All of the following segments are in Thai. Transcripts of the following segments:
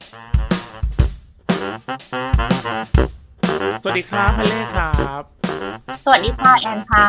สวัสดีครับฮัลเล่ครับสวัสดีค่ะแอนค่ะ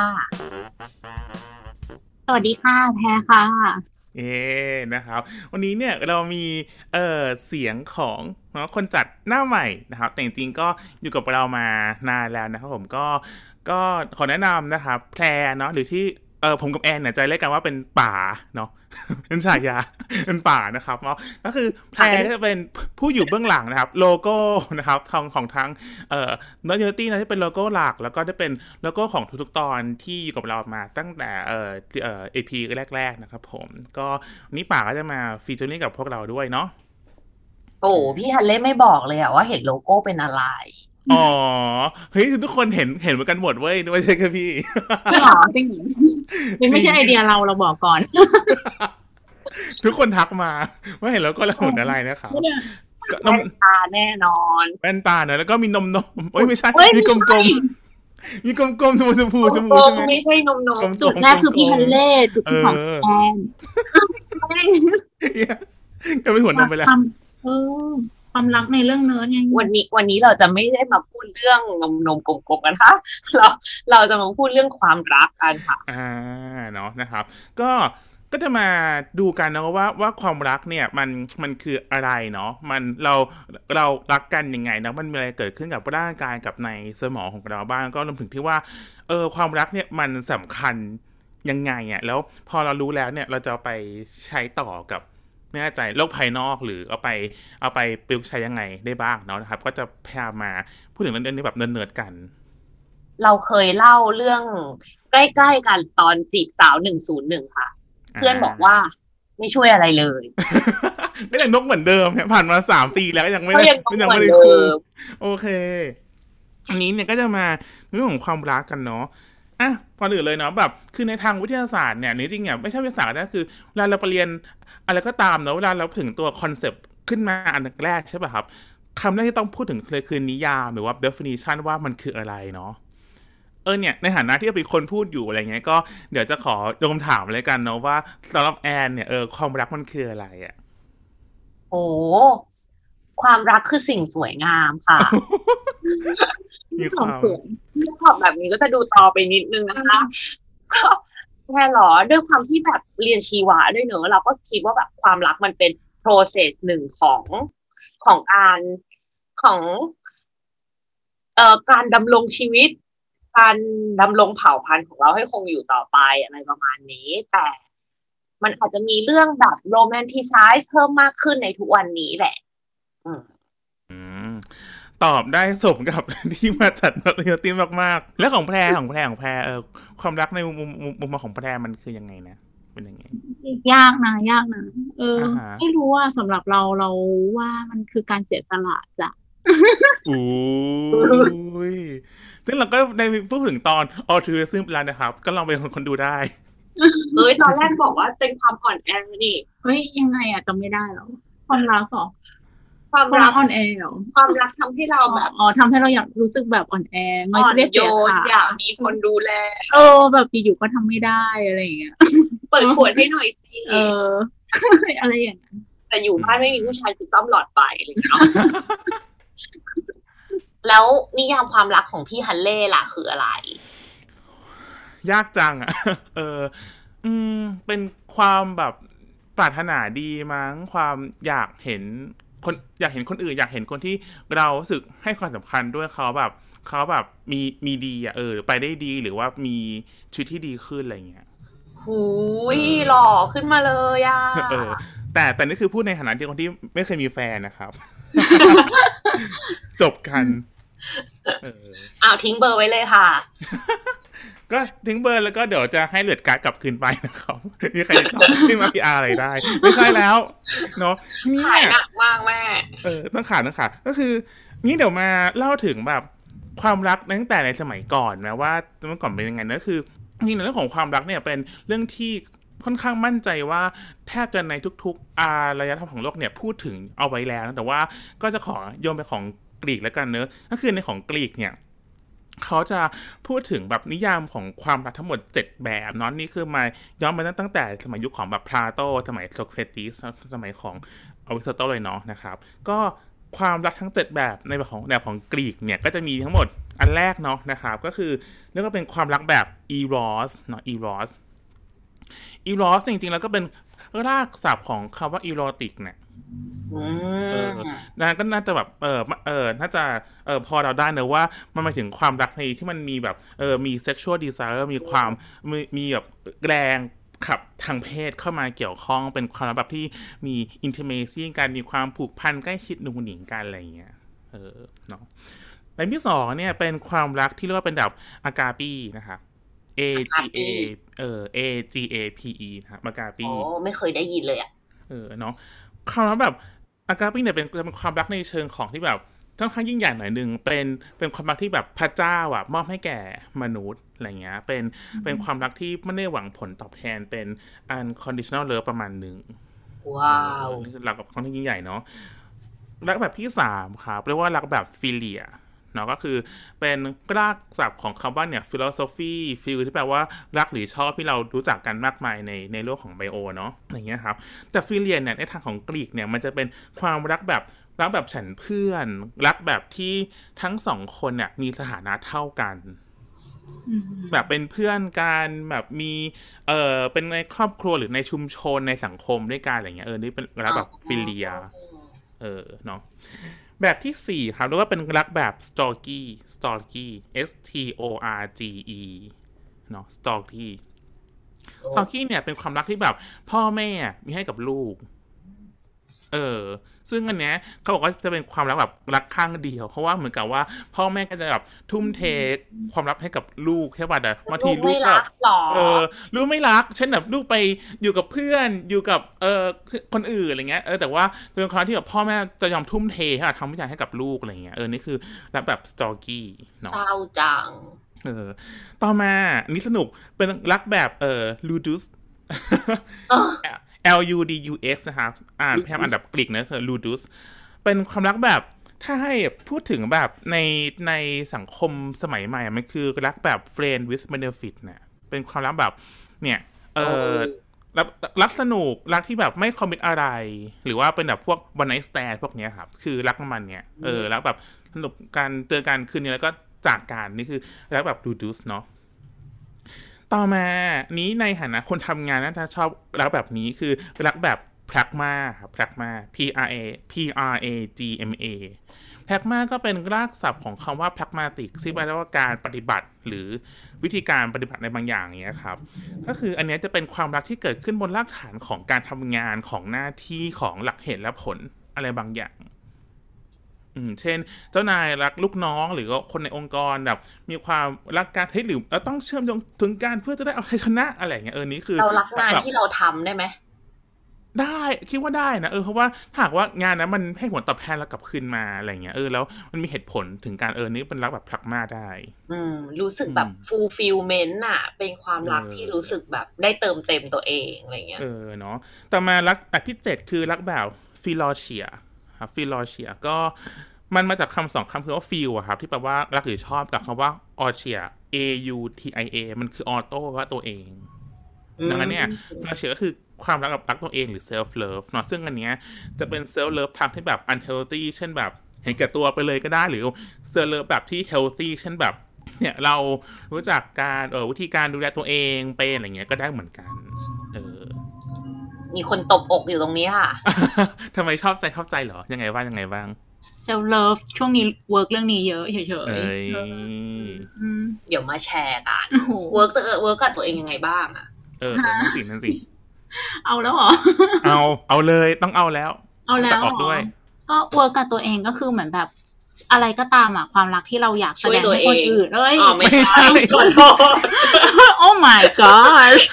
สวัสดีค่ะแพรค่ะเอ๊นะครับวันนี้เนี่ยเรามีเสียงของเนาะคนจัดหน้าใหม่นะครับแต่จริงๆก็อยู่กับเรามานานแล้วนะครับผมก็ขอแนะนำนะครับแพรเนาะหรือที่ผมกับแอนเนี่ยจะเรียกกันว่าเป็นป่าเนาะเป็นฉายาเป็นป่านะครับเนาะก็คือแพรค่ะจะเป็นผู้อยู่เบื้องหลังนะครับโลโก้นะครับของทั้งเนื้อเยอตี้นะที่เป็นโลโก้หลักแล้วก็ได้เป็นโลโก้ของทุกๆตอนที่อยู่กับเรามาตั้งแต่เอพีแรกๆนะครับผมก็วันนี้ป่าก็จะมาฟีเจอริ่งกับพวกเราด้วยเนาะโอ้พี่ฮันเล่ไม่บอกเลยอะว่าเห็นโลโก้เป็นอะไรอ๋อเฮ้ยทุกคนเห็นเหมือนกันหมดเว้ยไม่ใช่แค่พี่จริงเหรอจริงเหรอมันจริงไม่ใช่ไอเดียเราบอกก่อนทุกคนทักมาว่าเห็นแล้วก็เราเหมือนอะไรนะครับเนี่ยก็นมแว่นตาแน่นอนแว่นตาเนอะแล้วก็มีนมเอ้ยไม่ใช่เฮ้ยมีกไม่ใช่ลมๆมีกลมๆชมพูกลใช่ไหมมๆไม่ใช่นมนมกลมจุดแรกคือพี่ฮันๆเล่จุดเอที่สองอแอนเหี้ยก็เป็นหัวนมไปแล้วความเออความรักในเรื่องเนื้อไงวันนี้เราจะไม่ได้มาพูดเรื่องนมกลมๆกันค่ะเราเราจะมาพูดเรื่องความรักกันค่ะเนาะนะครับก็ก็จะมาดูกันนะว่าความรักเนี่ยมันคืออะไรเนาะเรารักกันยังไงนะมันมีอะไรเกิดขึ้นกับร่างกายกับในสมองของเราบ้างก็รวมถึงที่ว่าความรักเนี่ยมันสำคัญยังไงอ่ะแล้วพอเรารู้แล้วเนี่ยเราจะเอาไปใช้ต่อกับไม่แน่ใจโลกภายนอกหรือเอาไปประยุกต์ใช้ยังไงได้บ้างเนาะนะครับก็จะพยายามมาพูดถึงเรื่องนี้แบบเนิร์ดๆกันเราเคยเล่าเรื่องใกล้ๆกันตอนจีบสาว101ค่ะเพื่อนบอกว่าไม่ช่วยอะไรเลยก็ยังนกเหมือนเดิมเนี่ยผ่านมา3 ปีแล้วก็ยังไม่ก็ได้ยังยังเหมือนไม่ได้เดิคู่มโอเคอันนี้เนี่ยก็จะมาเรื่องของความรักกันเนาะอ่ะพออื่นเลยเนาะแบบคือในทางวิทยาศาสตร์เนี่ยจริงๆเนี่ยไม่ใช่วิทยาศาสตร์นะคือเวลาเราไปเรียนอะไรก็ตามเนาะเวลาเราถึงตัวคอนเซปต์ขึ้นมาอันแรกใช่ป่ะครับคำแรกที่ต้องพูดถึงเลยคือนิยามหรือว่า definition ว่ามันคืออะไรเนาะเนี่ยในฐานะที่เป็นคนพูดอยู่อะไรเงี้ยก็เดี๋ยวจะขอโยมถามเลยกันเนาะว่าสำหรับแอนเนี่ยความรักมันคืออะไรอ่ะโอ้ความรักคือสิ่งสวยงามค่ะมีความของเขินตอบแบบนี้ก็จะดูต่อไปนิดนึงนะคะก็แค่หรอด้วยความที่แบบเรียนชีวะด้วยเนอะเราก็คิดว่าแบบความรักมันเป็น process หนึ่งของการของการดำรงชีวิตการดำรงเผ่าพันธุ์ของเราให้คงอยู่ต่อไปอะไรประมาณนี้แต่มันอาจจะมีเรื่องแบบโรแมนติไซส์เพิ่มมากขึ้นในทุกวันนี้แหละอืมอืมตอบได้สมกับ ที่มาจัดเรียลตี้มากๆ แล้วของแพรความรักในมุมมองของแพรมันคือยังไงนะเป็นยังไงยากนะฮะไม่รู้ว่าสำหรับเราว่ามันคือการเสียสละจ้ะอู้ยซึ่งเราก็ในพูดถึงตอน altruism แล้วนะครับก็ลองไปคนดูได้เอ้ยตอนแรกบอกว่าเป็นความอ่อนแอนี่เฮ้ยยังไงอะจำไม่ได้แล้วความรักเหรอความรักความรักอ่อนแอเหรอความรักทำให้เราแบบอ๋อทำให้เราอยากรู้สึกแบบอ่อนแอไม่อ่อนได้โยเสียสนละอยากมีคนดูแลแบบอยู่ๆก็ทำไม่ได้อะไรอย่างเงี้ยเปิดขวดให้หน่อยสิเอออะไรอย่างนั้นแต่อยู่บ้านไม่มีผู้ชายคือซ่อมหลอดไฟอะไรอย่างเงี้ยเนาะแล้วนิยามความรักของพี่ฮันเล่ล่ะคืออะไรยากจังอ่ะเออเป็นความแบบปรารถนาดีมั้งความอยากเห็นคนอื่นอยากเห็นคนที่เรารู้สึกให้ความสำคัญด้วยเขาแบบมีดีอ่ะไปได้ดีหรือว่ามีชีวิตที่ดีขึ้นอะไรเงี้ยหูยหล่อขึ้นมาเลยอ่ะเออแต่นี่คือพูดในฐานะที่คนที่ไม่เคยมีแฟนนะครับ จบกันอ้าวทิ้งเบอร์ไว้เลยค่ะก็ทิ้งเบอร์แล้วก็เดี๋ยวจะให้เลือดการ์ดกลับคืนไปนะครับมีใครติดต่อที่มาพีอาร์อะไรได้ไม่ใช่แล้วเนาะนี่ขายหนักมากแม่ต้องขาดก็คือนี่เดี๋ยวมาเล่าถึงแบบความรักตั้งแต่ในสมัยก่อนนะว่าเมื่อก่อนเป็นยังไงนะคือจริงๆเรื่องของความรักเนี่ยเป็นเรื่องที่ค่อนข้างมั่นใจว่าแทบจะในทุกๆอารยธรรมของโลกเนี่ยพูดถึงเอาไว้แล้วนะแต่ว่าก็จะขอโยงไปของกรีกแล้วกันเนอะก็คือในของกรีกเนี่ยเขาจะพูดถึงแบบนิยามของความรักทั้งหมด7แบบเนาะนี่คือมาย้อนมาตั้งแต่สมัยยุคของแบบพลาโตสมัยโสเครติสสมัยของอริสโตเติลเลยเนาะนะครับก็ความรักทั้ง7แบบในแบบของกรีกเนี่ยก็จะมีทั้งหมดอันแรกเนาะนะครับก็คือเรียกว่าเป็นความรักแบบอีโรสเนาะอีโรสจริงๆแล้วก็เป็นรากศัพท์ของคำว่าอีโรติกเนี่ยนั่นก็น่าจะแบบน่าจะพอเราได้นะว่ามันหมายถึงความรักในที่มันมีแบบมี sexual desire มีความมีแบบแรงขับทางเพศเข้ามาเกี่ยวข้องเป็นความรักแบบที่มี intimacy กันมีความผูกพันใกล้ชิดหนุ่งหนิงกันอะไรอย่างเงี้ยเนาะแบบที่สองเนี่ยเป็นความรักที่เรียกว่าเป็นแบบอากาปีนะครับ AGAPE นะครับอากาปีไม่เคยได้ยินเลยอ่ะเนาะคำว่าแบบอากาปีเนี่ยเป็นความรักในเชิงของที่แบบค่อนข้างยิ่งใหญ่หน่อยนึงเป็นความรักที่แบบพระเจ้าอ่ะมอบให้แก่มนุษย์อะไรเงี้ยเป็นความรักที่ไม่ได้หวังผลตอบแทนเป็น unconditional love ประมาณนึงว้าวนี่คือรักแบบค่อนข้างยิ่งใหญ่เนาะรักแบบที่3ครับเรียกว่ารักแบบฟิเลียเนาะก็คือเป็นรากศัพท์ของคำว่าเนี่ย philosophy ฟิลที่แปลว่ารักหรือชอบที่เรารู้จักกันมากมายในโลกของไบโอเนาะอย่างเงี้ยครับแต่ฟิเลียเนี่ยในทางของกรีกเนี่ยมันจะเป็นความรักแบบฉันเพื่อนรักแบบที่ทั้งสองคนเนี่ยมีสถานะเท่ากันแบบเป็นเพื่อนกันแบบมีเป็นในครอบครัวหรือในชุมชนในสังคมด้วยกันอะไรเงี้ยนี่เป็นรักแบบฟิเลียเนาะแบบที่4ครับแล้วก็เป็นรักแบบ stalky STORGE เนาะ stalky เนี่ยเป็นความรักที่แบบพ่อแม่มีให้กับลูกซึ่งอันเนี้ยเขาบอกว่าจะเป็นความรักแบบรักข้างเดียวเพราะว่าเหมือนกับว่าพ่อแม่ก็จะแบบทุ่มเทความรักให้กับลูกใช่ป่ะแต่บางทีลูกก็ลูกไม่รักเช่นแบบลูกไปอยู่กับเพื่อนอยู่กับคนอื่นอะไรเงี้ยแต่ว่าเป็นความที่แบบพ่อแม่จะยอมทุ่มเททำทุกอย่างให้กับลูกอะไรเงี้ยนี่คือรักแบบสตอกี้เนาะเศร้าจังต่อมานี่สนุกเป็นรักแบบลูดุสLUDUX นะครับพยายามอ่านแบบกรีกนะคือ ludus เป็นความรักแบบถ้าให้พูดถึงแบบในสังคมสมัยใหม่มันคือรักแบบ friend with benefit เนี่ยเป็นความรักแบบเนี่ยรักสนุกรักที่แบบไม่คอมมิตอะไรหรือว่าเป็นแบบพวก one night stand พวกเนี้ยครับคือรักมันเนี่ยรักแบบสนุกการเจอกันคืนนี้แล้วก็จากกันนี่คือรักแบบ ludus เนาะต่อมานี้ในฐานะคนทำงานน่าจะชอบรักแบบนี้คือรักแบบพรักมาครับพรักมา PRAGMA พรักมาก็เป็นรากศัพท์ของคำว่าพรักมาติกซึ่งแปลว่าการปฏิบัติหรือวิธีการปฏิบัติในบางอย่างอย่างเงี้ยครับก็คืออันนี้จะเป็นความรักที่เกิดขึ้นบนรากฐานของการทำงานของหน้าที่ของหลักเหตุและผลอะไรบางอย่างเช่นเจ้านายรักลูกน้องหรือคนในองค์กรแบบมีความรักการหรือเราต้องเชื่อมโยงถึงการเพื่อจะได้เอาชัยชนะอะไรอย่างเงี้ยนี่คือเรารักงานที่เราทำได้ไหมได้คิดว่าได้นะเพราะว่าหากว่างานนั้นมันให้ผลตอบแทนเรากลับคืนมาอะไรเงี้ยแล้วมันมีเหตุผลถึงการนี่เป็นรักแบบพรักมาได้รู้สึกแบบ fulfillment น่ะเป็นความรักที่รู้สึกแบบได้เติมเต็มตัวเองอะไรเงี้ยเนาะแต่มารักแบบที่7คือรักแบบฟิลอเชียฟิลอเชียก็มันมาจากคำ2คำคือว่า feel ครับที่แปลว่ารักหรือชอบกับคำว่า autia AUTIA มันคือ auto ว่าตัวเองดังนั้นเนี่ยฟิลอเชียก็คือความรักกับรักตัวเองหรือ self love เนาะซึ่งอันเนี้ยจะเป็น self love ทางที่แบบ unhealthy เช่นแบบเห็นแก่ตัวไปเลยก็ได้หรือ self love แบบที่ healthy เช่นแบบเนี่ยเรารู้จักการวิธีการดูแลตัวเองเป็นอะไรเงี้ยก็ได้เหมือนกันมีคนตบอกอยู่ตรงนี้ค่ะทำไมชอบใจเหรอยังไงบ้างเซลฟ์เลิฟช่วงนี้เวิร์กเรื่องนี้เยอะเฉยๆเดี๋ยวมาแชร์กันเวิร์กกับตัวเองยังไงบ้างอ่ะนั่นสิเอาแล้วเหรอเอาเลยต้องเอาแล้วออกด้วยก็เวิร์กกับตัวเองก็คือเหมือนแบบอะไรก็ตามอ่ะความรักที่เราอยากแสดงให้คนอื่นไม่ใช่ขอโทษ Oh my gosh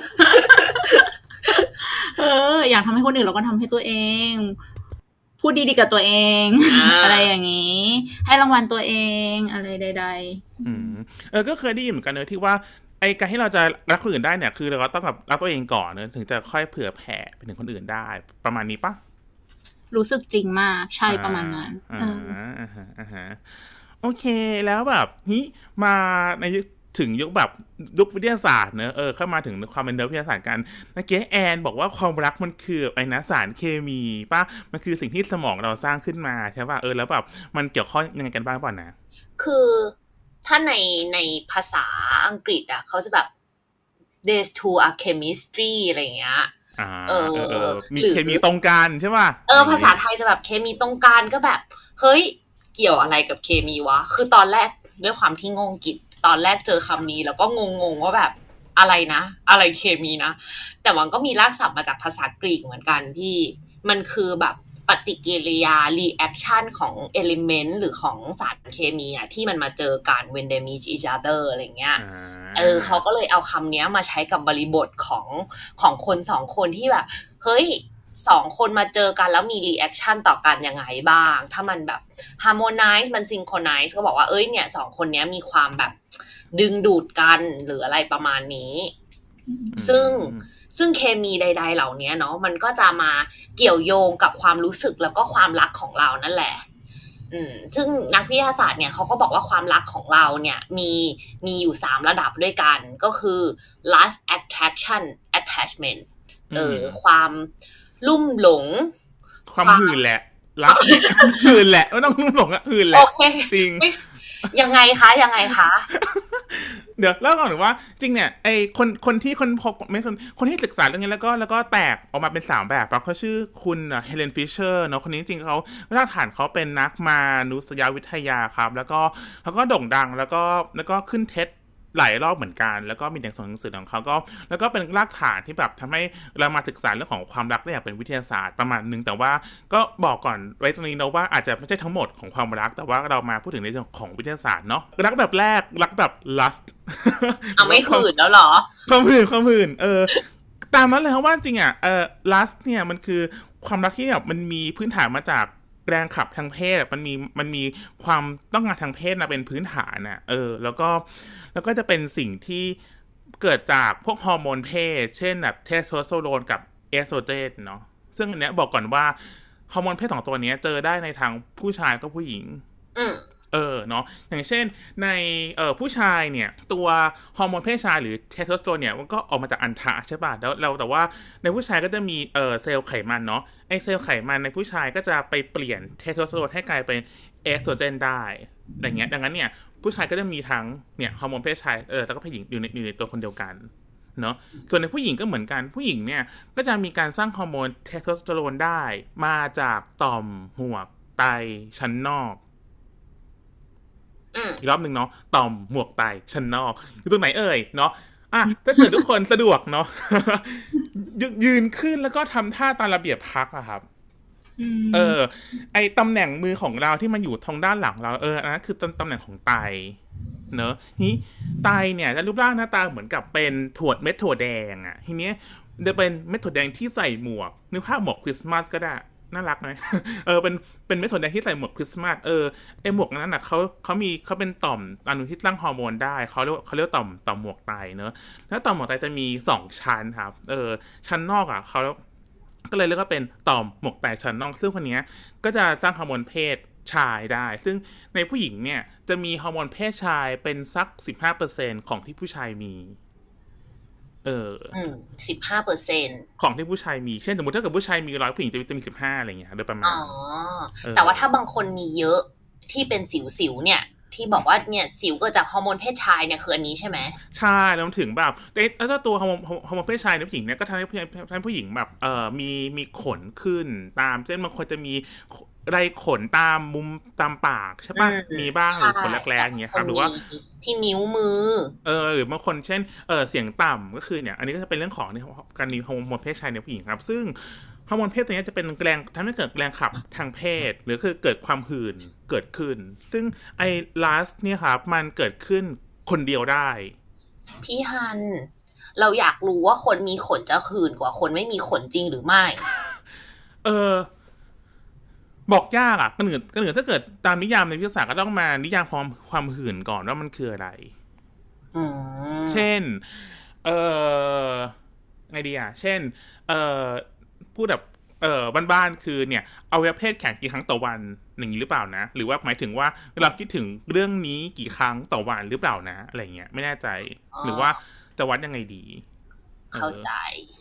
อยากทำให้คนอื่นเราก็ทำให้ตัวเองพูดดีๆกับตัวเองอะไรอย่างนี้ให้รางวัลตัวเองอะไรใดๆก็เคยได้ยินเหมือนกันที่ว่าไอ้การที่เราจะรักคนอื่นได้เนี่ยคือเราก็ต้องแบบรักตัวเองก่อนถึงจะค่อยเผื่อแผ่ไปถึงคนอื่นได้ประมาณนี้ปะรู้สึกจริงมากใช่ประมาณนั้นโอเคแล้วแบบนี้มาในถึงยุคแบบยุควิทยาศาสตร์เนอะเข้ามาถึงความเป็นวิทยาศาสตร์กันเมื่อกี้แอนบอกว่าความรักมันคือไอ้นะสารเคมีป่ะมันคือสิ่งที่สมองเราสร้างขึ้นมาใช่ป่ะแล้วแบบมันเกี่ยวข้องยังไงกันบ้างป่ะนะคือถ้าในภาษาอังกฤษเขาจะแบบ these two are chemistry อะไรอย่างเงี้ยมีเคมีตรงกันใช่ป่ะภาษาไทยจะแบบเคมีตรงกันก็แบบเฮ้ยเกี่ยวอะไรกับเคมีวะคือตอนแรกด้วยความที่งงกิจตอนแรกเจอคำนี้แล้วก็งงว่าแบบอะไรนะอะไรเคมีนะแต่มันก็มีรากศัพท์มาจากภาษากรีกเหมือนกันพี่มันคือแบบปฏิกิริยา reaction ของ element หรือของสารเคมีที่มันมาเจอกัน when they meet each other อะไรเงี้ยเขาก็เลยเอาคำนี้มาใช้กับบริบทของคนสองคนที่แบบเฮ้ยสองคนมาเจอกันแล้วมี reaction ต่อกันยังไงบ้างถ้ามันแบบ harmonize มัน synchronize ก็บอกว่าเนี่ยสองคนนี้มีความแบบดึงดูดกันหรืออะไรประมาณนี้ซึ่งเคมีใดๆเหล่านี้เนาะมันก็จะมาเกี่ยวโยงกับความรู้สึกแล้วก็ความรักของเรานั่นแหละซึ่งนักวิทยาศาสตร์เนี่ยเขาก็บอกว่าความรักของเราเนี่ยมีอยู่3ระดับด้วยกันก็คือ lust attraction attachment ความลุ่มหลงความหื่นแหละรักหื่นแหละไม่ต้องลุ่มหลงหื่นแหละจริงยังไงคะเดี๋ยวเล่าก่อนว่าจริงเนี่ยไอคนที่คนที่ศึกษาเรื่องนี้แล้วก็แตกออกมาเป็น3แบบเขาชื่อคุณเฮเลนฟิชเชอร์เนาะคนนี้จริงเขารากฐานเขาเป็นนักมานุษยวิทยาครับแล้วก็เขาก็โด่งดังแล้วก็ขึ้นเท็ดหลายรอบเหมือนกันแล้วก็มีหนังสือของเขาก็แล้วก็เป็นรากฐานที่แบบทำให้เรามาศึกษาเรื่องของความรักได้อย่างเป็นวิทยาศาสตร์ประมาณนึงแต่ว่าก็บอกก่อนไว้ตรงนี้นะว่าอาจจะไม่ใช่ทั้งหมดของความรักแต่ว่าเรามาพูดถึงในเรื่องของวิทยาศาสตร์เนาะรักแบบแรกรักแบบ lust ไม่หื่นแล้วหรอความหื่นตามนั้นเลยครับว่าจริงlust เนี่ยมันคือความรักที่แบบมันมีพื้นฐานมาจากแรงขับทางเพศมันมีความต้องการทางเพศเป็นพื้นฐานแล้วก็จะเป็นสิ่งที่เกิดจากพวกฮอร์โมนเพศเช่นแบบเทสโทสเตอโรนกับเอสโตรเจนเนาะซึ่งอันเนี้ยบอกก่อนว่าฮอร์โมนเพศ2ตัวนี้เจอได้ในทางผู้ชายกับผู้หญิงเนาะอย่างเช่นในผู้ชายเนี่ยตัวฮอร์โมนเพศชายหรือเทสโทสเตอโรนเนี่ยมันก็ออกมาจากอัณฑะใช่ป่ะแล้วแต่ว่าในผู้ชายก็จะมีเซลล์ไขมันเนาะไอเซลล์ไขมันในผู้ชายก็จะไปเปลี่ยนเทสโทสเตอโรนให้กลายเป็นเอสโตรเจนได้อย่างเงี้ยดังนั้นเนี่ยผู้ชายก็จะมีทั้งเนี่ยฮอร์โมนเพศชายแล้วก็ผู้หญิงอยู่ในตัวคนเดียวกันเนาะส่วนในผู้หญิงก็เหมือนกันผู้หญิงเนี่ยก็จะมีการสร้างฮอร์โมนเทสโทสเตอโรนได้มาจากต่อมหมวกไตชั้นนอกอีกรอบหนึ่งเนาะต่อมหมวกไตชั้นนอกอยู่ตรงไหนเนาะถ้าเกิดทุกคนสะดวกเนาะ ยืนขึ้นแล้วก็ทำท่าตามระเบียบพักอะครับไอตำแหน่งมือของเราที่มันอยู่ทางด้านหลังเราอันนั้นคือตำแหน่งของไตเนอะนี้ไตเนี่ยจะรูปร่างหน้าตาเหมือนกับเป็นเม็ดถั่วแดงอะทีเนี้ยจะเป็นเม็ดถั่วแดงที่ใส่หมวกนึกภาพหมวกคริสต์มาสก็ได้น่ารักไหมเป็นเม็ดถั่วแดงที่ใส่หมวกคริสต์มาสไอหมวกนั้นเขาเป็นต่อมอนุที่ตั้งฮอร์โมนได้เขาเรียกต่อมหมวกไตเนอะแล้วต่อมหมวกไตจะมี2ชั้นครับชั้นนอกเขาก็เลยเรียกว่าเป็นต่อมหมวกไตชั้นนอกซึ่งคนนี้ก็จะสร้างฮอร์โมนเพศชายได้ซึ่งในผู้หญิงเนี่ยจะมีฮอร์โมนเพศชายเป็นสัก 15% ของที่ผู้ชายมี 15% ของที่ผู้ชายมีเช่นสมมติถ้าเกิดผู้ชายมี100ผู้หญิงจะมี15อะไรอย่างเงี้ยโดยประมาณแต่ว่าถ้าบางคนมีเยอะที่เป็นสิวเนี่ยที่บอกว่าเนี่ยสิวเกิดจากฮอร์โมนเพศชายเนี่ยคืออันนี้ใช่ไหมใช่แล้วถึงแบบแล้วตัวฮอร์โมนเพศชายในผู้หญิงเนี่ยก็ทำให้ผู้หญิงแบบมีขนขึ้นตามเช่นบางคนจะมีไรขนตามมุมตามปากใช่ป่ะมีบ้างหรือขนแรกๆอย่างเงี้ยครับหรือว่าที่นิ้วมือหรือบางคนเช่นเสียงต่ำก็คือเนี่ยอันนี้ก็จะเป็นเรื่องของการมีฮอร์โมนเพศชายในผู้หญิงครับซึ่งฮอร์โมนเพศตัวนี้จะเป็นแรงทำให้เกิดแรงขับทางเพศหรือคือเกิดความหื่นเกิดขึ้นซึ่งไอ้ลาสเนี่ยครับมันเกิดขึ้นคนเดียวได้พี่ฮันเราอยากรู้ว่าคนมีขนจะหื่นกว่าคนไม่มีขนจริงหรือไม่บอกยากกันเหนือถ้าเกิดตามนิยามในวิทยาศาสตร์ก็ต้องมานิยามความหื่นก่อนว่ามันคืออะไรเช่นไงดีเช่นพูดแบบบ้านๆคือเนี่ยอวัยวะเพศแข็งกี่ครั้งต่อวันอย่างนี้หรือเปล่านะหรือว่าหมายถึงว่าเราคิดถึงเรื่องนี้กี่ครั้งต่อวันหรือเปล่านะอะไรเงี้ยไม่แน่ใจหรือว่าจะวัดยังไงดีเข้าใจ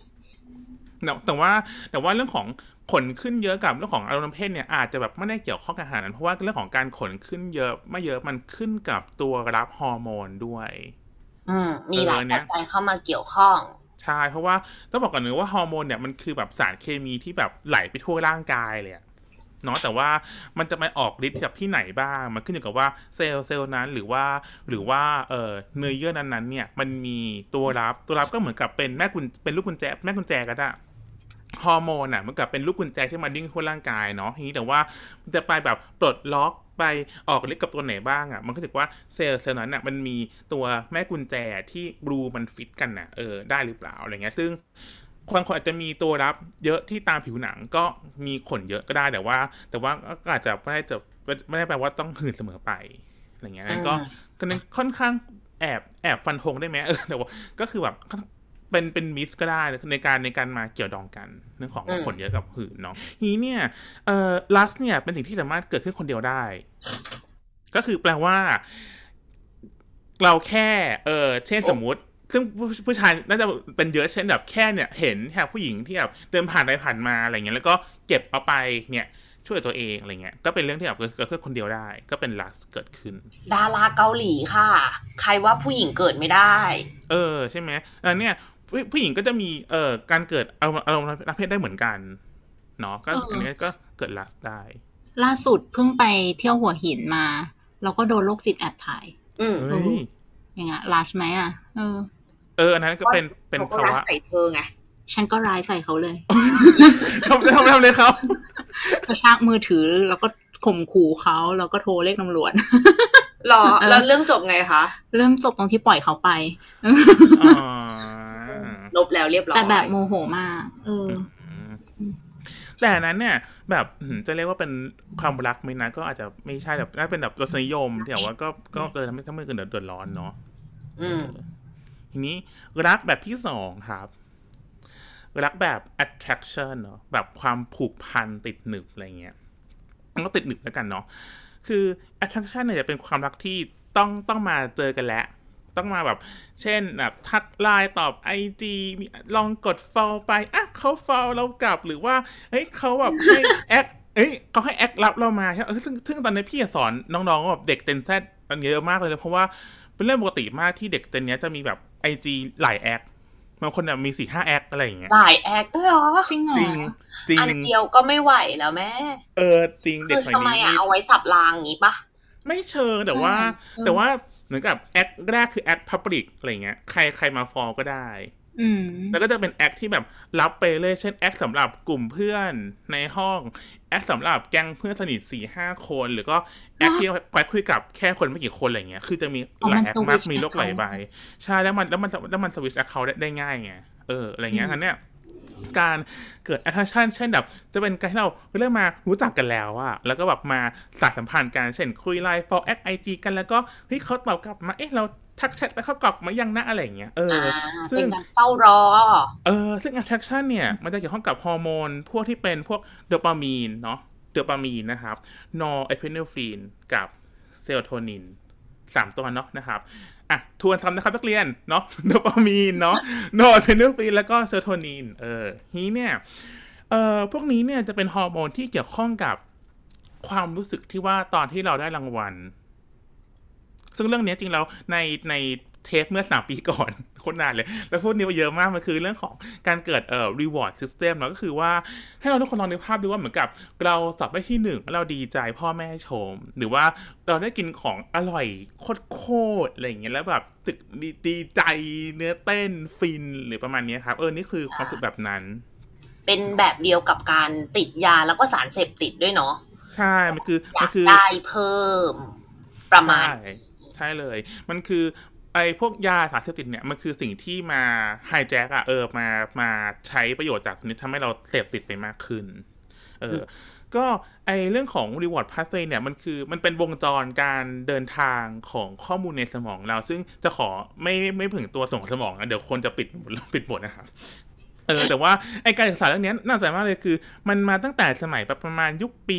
แต่ว่าเรื่องของขนขึ้นเยอะกับเรื่องของอารมณ์เพศเนี่ยอาจจะแบบไม่ได้เกี่ยวข้องกันขนาดนั้นเพราะว่าเรื่องของการขนขึ้นเยอะไม่เยอะมันขึ้นกับตัวรับฮอร์โมนด้วยมีหลายปัจจัยเข้ามาเกี่ยวข้องใช่เพราะว่าต้องบอกก่อนนึงว่าฮอร์โมนเนี่ยมันคือแบบสารเคมีที่แบบไหลไปทั่วร่างกายเลยเนาะแต่ว่ามันจะไปออกฤทธิ์กับที่ไหนบ้างมันขึ้นอยู่กับว่าเซลล์นั้นหรือว่าเนื้อเยื่อนั้นๆเนี่ยมันมีตัวรับก็เหมือนกับเป็นเป็นลูกกุญแจแม่กุญแจก็ได้ฮอร์โมนอ่ะมันกับเป็นลูกกุญแจที่มาดิ้งทั่วร่างกายเนาะทีนี้แต่ว่ามันจะไปแบบปลดล็อกไปออกฤทธิ์กับตัวไหนบ้างอ่ะมันก็ถือว่าเซลล์นั้นอ่ะมันมีตัวแม่กุญแจที่บลูมันฟิตกันน่ะได้หรือเปล่าอะไรเงี้ยซึ่งบางคนอาจจะมีตัวรับเยอะที่ตามผิวหนังก็มีขนเยอะก็ได้แต่ว่าก็อาจจะไม่ได้แปลว่าต้องหื่นเสมอไปอะไรเงี้ยก็ค่อนข้างแอบฟันธงได้ไหมแต่ว่าก็คือแบบเป็นมิสก็ได้ในการมาเกี่ยวดองกันเรื่องของขนเยอะกับหื่นเนาะทีเนี่ยลัสเนี่ยเป็นสิ่งที่สามารถเกิดขึ้นคนเดียวได้ก็คือแปลว่าเราแค่เช่นสมมุติซึ่งผู้ชายน่าจะเป็นเยอะเช่นแบบแค่เนี่ยเห็นแค่ผู้หญิงที่แบบเดินผ่านไปผ่านมาอะไรเงี้ยแล้วก็เก็บเอาไปเนี่ยช่วยตัวเองอะไรเงี้ยก็เป็นเรื่องที่แบบเกิดขึ้นคนเดียวได้ก็เป็นลัสเกิดขึ้นดาราเกาหลีค่ะใครว่าผู้หญิงเกิดไม่ได้ใช่ไหมเนี่ยผู้หญิงก็จะมีการเกิดอารมณ์ทางเพศได้เหมือนกันเนาะก็อันนี้ก็เกิดลัสได้ล่าสุดเพิ่งไปเที่ยวหัวหินมาแล้วก็โดนโรคจิตแอบถ่ายอย่างเงี้ยลัสไหมอ่ะอันนั้นก็เป็นภาวะใส่เธอไงฉันก็ร้ายใส่เขาเลยทำเลยเขากระชากมือถือแล้วก็ข่มขู่เขาแล้วก็โทรเรียกตำรวจหรอแล้วเรื่องจบไงคะเรื่องจบตรงที่ปล่อยเขาไปลบแล้วเรียบร้อยแต่แบบโมโหมากแต่นั้นเนี่ยแบบจะเรียกว่าเป็นความรักไหมนะก็อาจจะไม่ใช่แบบน่าเป็นแบบรสนิยมแต่ว่าก็ทำให้เกิดเดือดร้อนเนาะทีนี้รักแบบที่2ครับรักแบบ attraction เนาะแบบความผูกพันติดหนึบอะไรเงี้ยมันก็ติดหนึบแล้วกันเนาะคือ attraction เนี่ยจะเป็นความรักที่ต้องมาเจอกันแล้วต้องมาแบบเช่นแบบทักไลน์ตอบ IG ลองกด follow ไปเขา follow เรากลับหรือว่าเฮ้ยเขาแบบให้แอดเขาให้แอดรับเรามาใช่ซึ่งตอนนี้พี่สอนน้องๆแบบเด็กเจน Z มันเยอะมากเลยเพราะว่าเป็นเรื่องปกติมากที่เด็กเจนนี้จะมีแบบ IG หลายแอคบางคนแบบมี 4-5 แอคอะไรอย่างเงี้ยหลายแอคด้วยเหรอจริงเหรอจริงอันเดียวก็ไม่ไหวแล้วแม่จริงเด็กสมัยนี้ทำไมเอาไว้สับรางงี้ปะไม่เชิงแต่ว่าเหมือนกับแอคแรกคือแอค public อะไรเงี้ยใครมาฟอลก็ได้แล้วก็จะเป็นแอคที่แบบรับไปเลยเช่นแอคสำหรับกลุ่มเพื่อนในห้องแอคสำหรับแก๊งเพื่อนสนิท 4-5 คนหรือก็แอคที่ไปคุยกับแค่คนไม่กี่คนอะไรเงี้ยคือจะมีหลายแอคมากมีโลกหลายใบใช่แล้วมันสวิตช์แอคเคาท์ได้ง่ายไงอะไรเงี้ยอันเนี้ยการเกิด attraction เช่นแบบจะเป็นการที่เราเริ่มมารู้จักกันแล้วอะแล้วก็แบบมาสานสัมพันธ์กันเช่นคุยไลน์ follow IG กันแล้วก็เฮ้ยเขาตอบกลับมาเราทักแชทไปเขากลับมายังนะอะไรอย่างเงี้ยซึ่งการเฝ้ารอซึ่ง attraction เนี่ยมันจะเกี่ยวข้องกับฮอร์โมนพวกที่เป็นพวกโดปามีนเนาะโดปามีนนะครับนอร์เอพิเนฟรีนกับเซโรโทนิน3ตัวเนาะนะครับทวนซ้ำนะครับนักเรียนเนาะโดปามีนเนาะนอร์เอพิเนฟรีนแล้วก็เซโรโทนินนี้เนี่ยพวกนี้เนี่ยจะเป็นฮอร์โมนที่เกี่ยวข้องกับความรู้สึกที่ว่าตอนที่เราได้รางวัลซึ่งเรื่องนี้จริงแล้วในเทปเมื่อ3 ปีก่อนโคตรนานเลยแล้วพูดนี้มาเยอะมากมันคือเรื่องของการเกิดreward system เนาะก็คือว่าให้เราทุกคนลองนึกภาพดูว่าเหมือนกับเราสอบได้ที่1แล้วเราดีใจพ่อแม่ชมหรือว่าเราได้กินของอร่อยโคตรอะไรอย่างเงี้ยแล้วแบบตึกดีใจเนื้อเต้นฟินหรือประมาณนี้ครับนี่คือความรู้สึกแบบนั้นเป็นแบบเดียวกับการติดยาแล้วก็สารเสพติดด้วยเนาะใช่มันคือได้เพิ่มประมาณใช่เลยมันคือไอ้พวกยาสารเสพติดเนี่ยมันคือสิ่งที่มาไฮแจ็คมาใช้ประโยชน์จากนี้ทำให้เราเสพติดไปมากขึ้นก็ไอ้เรื่องของ reward pathway เนี่ยมันเป็นวงจรการเดินทางของข้อมูลในสมองเราซึ่งจะขอไม่ถึงตัวสมองนะเดี๋ยวคนจะปิดหมดนะครับแต่ว่าไอ้การศึกษาเรื่องนี้น่าสนใจมากเลยคือมันมาตั้งแต่สมัยประมาณยุคปี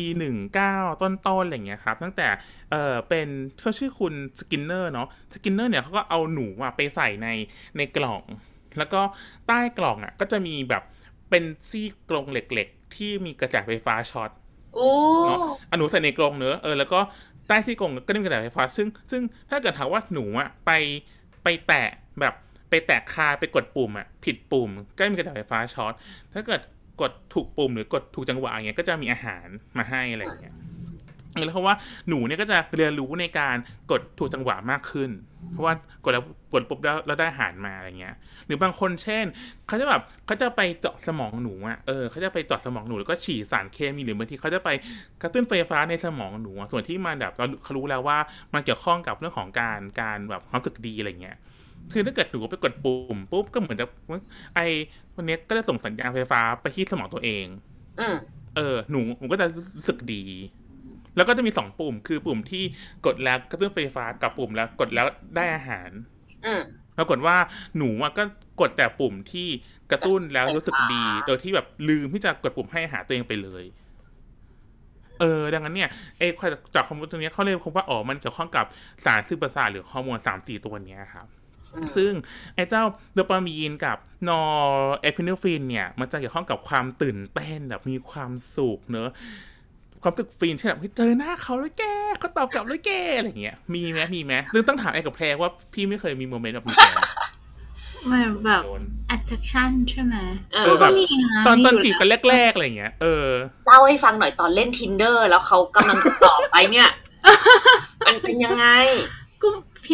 19ต้นๆอะไรอย่างเงี้ยครับตั้งแต่เป็นเขาชื่อคุณสกินเนอร์เนาะสกินเนอร์เนี่ยเขาก็เอาหนูไปใส่ในกล่องแล้วก็ใต้กล่องก็จะมีแบบเป็นซี่กรงเหล็กๆที่มีกระแสไฟฟ้าช็อตเนาะหนูใส่ในกรงเนอะแล้วก็ใต้ที่กรงก็จะมีกระแสไฟฟ้าซึ่งถ้าเกิดถามว่าหนูไปแตะแบบไปแตะคาไปกดปุ่มผิดปุ่มก็มีกระแสไฟฟ้าช็อตถ้าเกิดกดถูกปุ่มหรือกดถูกจังหวะอย่างเงี้ยก็จะมีอาหารมาให้อะไรอย่างเงี้ยแล้วเพราะว่าหนูเนี่ยก็จะเรียนรู้ในการกดถูกจังหวะมากขึ้นเพราะว่ากดปุ๊บแล้วได้อาหารมาอะไรเงี้ยหรือบางคนเช่นเขาจะไปเจาะสมองหนูเขาจะไปเจาะสมองหนูแล้วก็ฉีดสารเคมีหรือบางทีเขาจะไปกระตุ้นไฟฟ้าในสมองหนูส่วนที่มันแบบเขารู้แล้วว่ามันเกี่ยวข้องกับเรื่องของการแบบความรู้สึกดีอะไรเงี้ยคือถ้าเกิดหนูไปกดปุ่มปุ๊บก็เหมือนจะไอวันนี้ก็จะส่งสัญญาณไฟฟ้าไปที่สมองตัวเองหนูก็จะรู้สึกดีแล้วก็จะมี2ปุ่มคือปุ่มที่กดแล้วกระตุ้นไฟฟ้ากับปุ่มแล้วกดแล้วได้อาหารปรากฏว่าหนูก็กดแต่ปุ่มที่กระตุ้นแล้วรู้สึกดีโดยที่แบบลืมที่จะกดปุ่มให้อาหารตัวเองไปเลยดังนั้นเนี่ยจากข้อมูลตรงนี้เขาเลยพบว่ามันเกี่ยวข้องกับสารสื่อประสาทหรือฮอร์โมน 3-4 ตัวนี้ครับซึ่งไอ้เจ้าโดปามีนกับนอร์เอพิเนฟรินเนี่ยมันจะเกี่ยวข้องกับความตื่นเต้นแบบมีความสุขเนอะความตึกฟินเช่นแบบเจอหน้าเขาแล้วแกเขาตอบกลับแล้วแกอะไรเงี้ยมีไหมซึ่งต้องถามไอ้กับแพรว่าพี่ไม่เคยมีโมเมนต์แบบนี้ไม่แบบ attraction ใช่ไหมแบบตอนจีบกันแรกๆอะไรเงี้ยเล่าให้ฟังหน่อยตอนเล่น Tinder แล้วเขากำลังจะตอบไปเนี่ย มันเป็นยังไงก็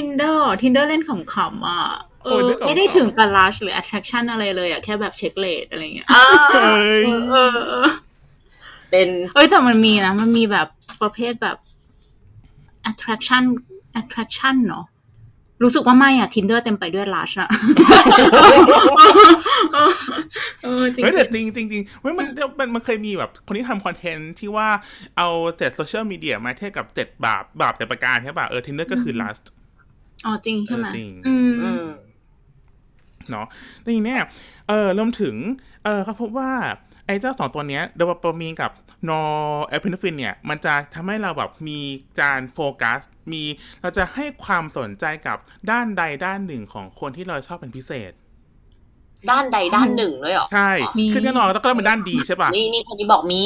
Tinder เล่นขำๆไม่ได้ถึงกับ rush หรือ attraction อะไรเลยแค่แบบเช็คเรทอะไรเงี้ยเป็นแต่มันมีนะมันมีแบบประเภทแบบ attraction เนาะรู้สึกว่าไม่Tinder เต็มไปด้วย rush จริงแต่จริงมันเคยมีแบบคนที่ทำคอนเทนต์ที่ว่าเอา7โซเชียลมีเดียมาเทียบกับ7บาป7ประการใช่ป่ะTinder ก็คือ lust จริงใช่ไหมจริงเนาะทีนี้เนี่ยรวมถึงเขาพบว่าไอ้เจ้า2ตัวเนี้ยโดปามีนกับนอร์เอพิเนฟรินเนี่ยมันจะทำให้เราแบบมีการโฟกัสเราจะให้ความสนใจกับด้านใดด้านหนึ่งของคนที่เราชอบเป็นพิเศษด้านใดด้านหนึ่งเลยเหรอใช่คือแน่นอนต้องเป็นด้านดีใช่ป่ะนี่คนนี้บอกมี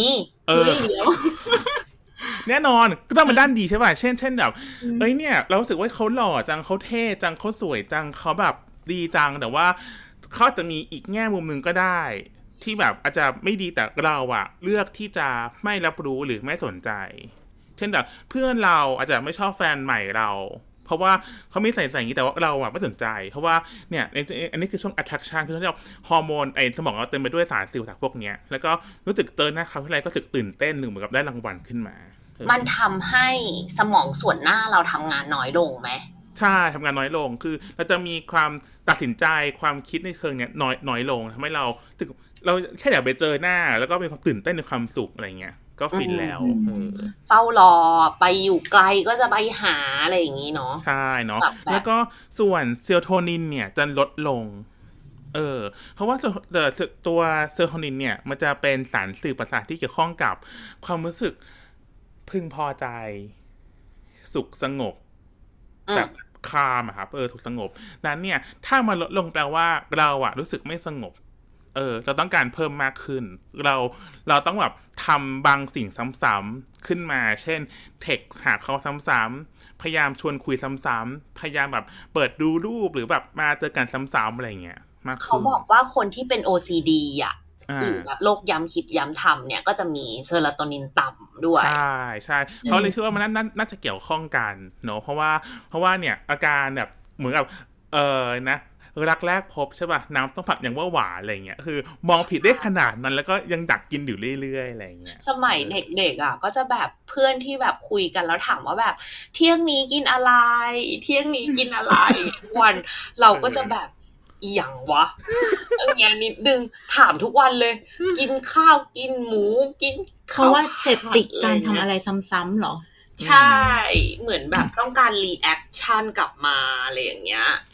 แน่นอนก็ต้องเป็นด้านดีใช่ป่ะเช่นแบบเนี่ยเรารู้สึกว่าเขาหล่อจังเขาเท่จังเขาสวยจังเขาแบบดีจังแต่ว่าเขาจะมีอีกแง่มุมนึงก็ได้ที่แบบอาจจะไม่ดีแต่เราเลือกที่จะไม่รับรู้หรือไม่สนใจเช่นแบบเพื่อนเราอาจจะไม่ชอบแฟนใหม่เราเพราะว่าเขาไม่ใส่อย่างนี้แต่ว่าเราไม่สนใจเพราะว่าเนี่ยอันนี้คือช่วง attraction คือเขาเรียกฮอร์โมนสมองเราเต็มไปด้วยสารสื่อประสาทพวกนี้แล้วก็รู้สึกเจอหน้าเขาทีไรก็รู้สึกตื่นเต้นหรือเหมือนกับได้รางวัลขึ้นมามันทำให้สมองส่วนหน้าเราทำงานน้อยลงไหมใช่ทำงานน้อยลงคือเราจะมีความตัดสินใจความคิดในเชิงเนี้ยน้อยลงทำให้เราแค่อยากไปเจอหน้าแล้วก็มีความตื่นเต้นในความสุขอะไรเงี้ยก็ฟินแล้วเฝ้ารอไปอยู่ไกลก็จะไปหาอะไรอย่างงี้เนาะใช่เนาะแล้วก็ส่วนเซโรโทนินเนี่ยจะลดลงเพราะว่าตัวเซโรโทนินเนี่ยมันจะเป็นสารสื่อประสาทที่เกี่ยวข้องกับความรู้สึกพึงพอใจสุขสงบแบบคามครับถูกสงบนั้นเนี่ยถ้ามันลดลงแปลว่าเรารู้สึกไม่สงบเราต้องการเพิ่มมากขึ้นเราต้องแบบทำบางสิ่งซ้ำๆขึ้นมาเช่นเท็กซ์หาเขาซ้ำๆพยายามชวนคุยซ้ำๆพยายามแบบเปิดดูรูปหรือแบบมาเจอกันซ้ำๆอะไรเงี้ยมากขึ้นเขาบอกว่าคนที่เป็น OCD หรือแบบโรคย้ำคิดย้ำทำเนี่ยก็จะมีเซโรโทนินต่ำด้วยใช่เขาเลยเชื่อว่ามันน่าจะเกี่ยวข้องกันเนาะเพราะว่าเนี่ยอาการแบบเหมือนกับนะรักแรกพบใช่ป่ะน้ำต้องผัดอย่างว่าหวานอะไรเงี้ยคือมองผิดได้ขนาดนั้นแล้วก็ยังดักกินอยู่เรื่อยๆอะไรเงี้ยสมัยเด็กๆก็จะแบบเพื่อนที่แบบคุยกันแล้วถามว่าแบบเที่ยงนี้กินอะไรเที่ยงนี้กินอะไรวันเราก็จะแบบอีหยังวะอย่างเงี้ยนิดนึงถามทุกวันเลยกินข้าวกินหมูกินเขาว่าเสพติดการทำอะไรซ้ำๆหรอใช่เหมือนแบบต้องการรีแอคชั่นกลับมาอะไรอย่างเงี้ย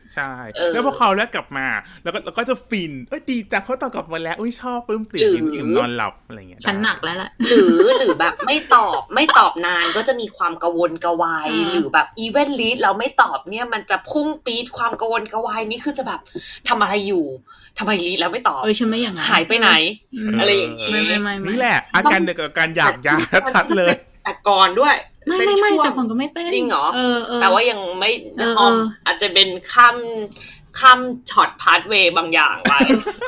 ใช่แล้วพอเขาแล้วกลับมาแล้วก็จะฟินดีจังเขาตอบกลับมาแล้วชอบปลื้มปริ่มอิ่มนอนหลับอะไรเงี้ยฉันหนักแล้วแหละหรือแบบไม่ตอบนานก็จะมีความกระวนกระวายหรือแบบอีเวนต์ลีดเราไม่ตอบเนี่ยมันจะพุ่งปี๊ดความกระวนกระวายนี่คือจะแบบทำอะไรอยู่ทำไมลีดแล้วไม่ตอบฉันไม่อย่างนั้นหายไปไหนอะไรอย่างงี้ไม่นี่แหละอาการเดียวกับการอยากยาชัดเลยแต่ก่อนด้วยไม่แต่ก่อนก็ไม่เป็นจริงเหรอแต่ว่ายังไม่อาจจะเป็นข้ามช็อตพาร์ทเวย์บางอย่างไป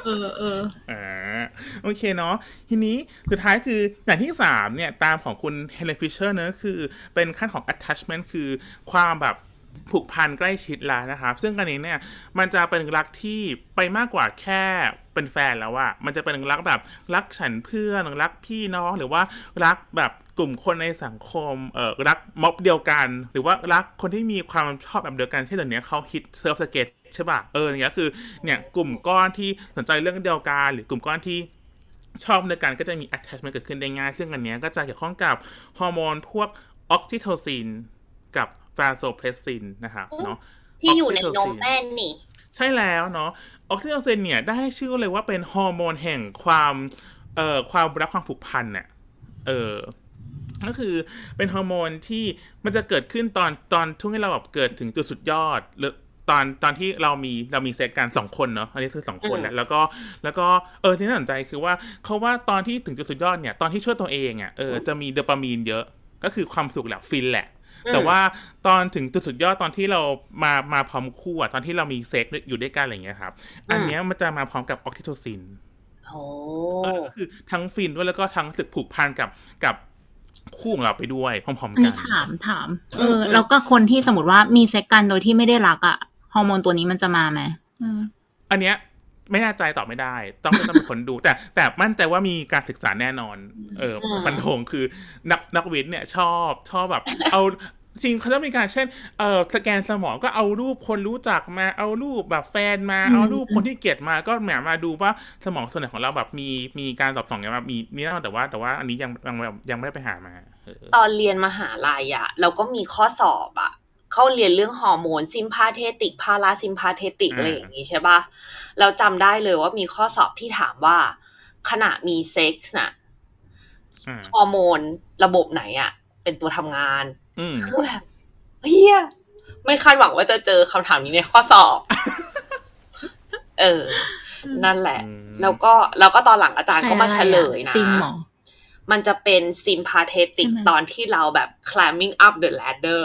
โอเคเนาะทีนี้สุดท้ายคืออย่างที่3เนี่ยตามของคุณเฮเลนฟิชเชอร์เนอะคือเป็นขั้นของ attachment คือความแบบผูกพันใกล้ชิดแล้วนะครับซึ่งอันนี้เนี่ยมันจะเป็นรักที่ไปมากกว่าแค่เป็นแฟนแล้วอะมันจะเป็นรักแบบรักฉันเพื่อนรักพี่น้องหรือว่ารักแบบกลุ่มคนในสังคมรักม็อบเดียวกันหรือว่ารักคนที่มีความชอบแบบเดียวกันเช่นเดี๋ยวนี้เขาฮิตเซิร์ฟสเก็ตใช่ป่ะอย่างเงี้ยคือเนี่ยกลุ่มก้อนที่สนใจเรื่องเดียวกันหรือกลุ่มก้อนที่ชอบเดียวกันก็จะมี attachment เกิดขึ้นได้ง่ายซึ่งอันเนี้ยก็จะเกี่ยวข้องกับฮอร์โมนพวกออกซิโทซินกับวาโซเพรสซินนะครับเนาะที่อยู่ในนมแม่นี่ใช่แล้วเนาะออกซิโทซินเนี่ยได้ชื่อเลยว่าเป็นฮอร์โมนแห่งความรักความผูกพันเนี่ยก็คือเป็นฮอร์โมนที่มันจะเกิดขึ้นตอนช่วงที่เราแบบเกิดถึงจุดสุดยอดหรือตอนที่เรามีเซ็กกัน2คนเนาะอันนี้คือ2คนแล้วก็ที่น่าสนใจคือว่าเขาว่าตอนที่ถึงจุดสุดยอดเนี่ยตอนที่ช่วยตัวเองจะมีโดปามีนเยอะก็คือความสุขแหละฟินแหละแต่ว่าตอนถึงจุดสุดยอดตอนที่เรามาพร้อมคู่ตอนที่เรามีเซ็กอยู่ด้วยกันอะไรอย่างเงี้ยครับอันเนี้ยมันจะมาพร้อมกับออกซิโทซินคือทั้งฟินด้วยแล้วก็ทั้งรู้สึกผูกพันกับคู่ของเราไปด้วยพร้อมๆกันถามแล้วก็คนที่สมมติว่ามีเซ็กกันโดยที่ไม่ได้รักอ่ะฮอร์โมนตัวนี้มันจะมาไหมอันเนี้ยไม่แน่ใจตอบไม่ได้ต้องเป็นคนดูแต่มั่นใจว่ามีการศึกษาแน่นอนฟันธงคือนักวิทย์เนี่ยชอบแบบเอาจริงเขาจะมีการเช่นสแกนสมองก็เอารูปคนรู้จักมาเอารูปแบบแฟนมาเอารูปคนที่เกลียดมาก็มาดูว่าสมองส่วนไหนของเราแบบมีการตอบสนองอย่างแบบมีแน่นอนแต่ว่าอันนี้ยังไม่ได้ไปหามาตอนเรียนมหาลัยอ่ะเราก็มีข้อสอบอ่ะเข้าเรียนเรื่องฮอร์โมนซิมพาเทติกพาราซิมพาเทติกอะไรอย่างนี้ใช่ป่ะเราจำได้เลยว่ามีข้อสอบที่ถามว่าขณะมีเซ็กส์น่ะฮอร์โมนระบบไหนอ่ะเป็นตัวทำงานคือแบบเฮียไม่คาดหวังว่าจะเจอคำถามนี้ในข้อสอบนั่นแหละแล้วก็ตอนหลังอาจารย์ก็มาเฉลยนะมันจะเป็นซิมพาเทติกตอนที่เราแบบ climbing up the ladder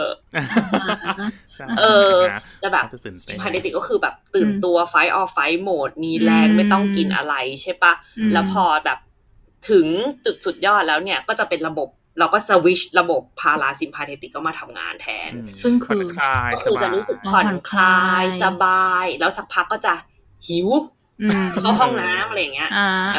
จะแบบซิมพาเทติกก็คือแบบตื่นตัว fight or flight mode มีแรงไม่ต้องกินอะไรใช่ปะแล้วพอแบบถึงจุดสุดยอดแล้วเนี่ยก็จะเป็นระบบเราก็สวิชระบบพาราซิมพาเทติกก็มาทำงานแทนซึ่งคือจะรู้สึกผ่อนคลายสบายแล้วสักพักก็จะหิวเข้าห้องน้ำอะไรอย่างเงี้ย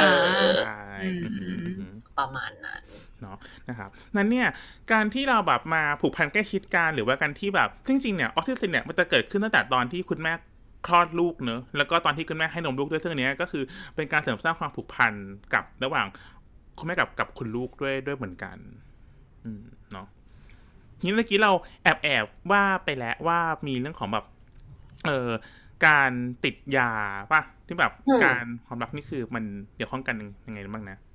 ประมาณนั้นเนาะนะครับนั้นเนี่ยการที่เราแบบมาผูกพันใกล้ชิดกันหรือว่าการที่แบบจริงๆเนี่ยออกซิโทซินเนี่ยมันจะเกิดขึ้นตั้งแต่ตอนที่คุณแม่คลอดลูกเนอะแล้วก็ตอนที่คุณแม่ให้นมลูกด้วยซึ่งอันนี้ก็คือเป็นการเสริมสร้างความผูกพันกับระหว่างคุณแม่กับคุณลูกด้วยเหมือนกันเนาะทีเมื่อกี้เราแอบว่าไปแล้วว่ามีเรื่องของแบบการติดยาป่ะที่แบบการความรักนี่คือมันเกี่ยวข้องกันยังไงบ้างนะ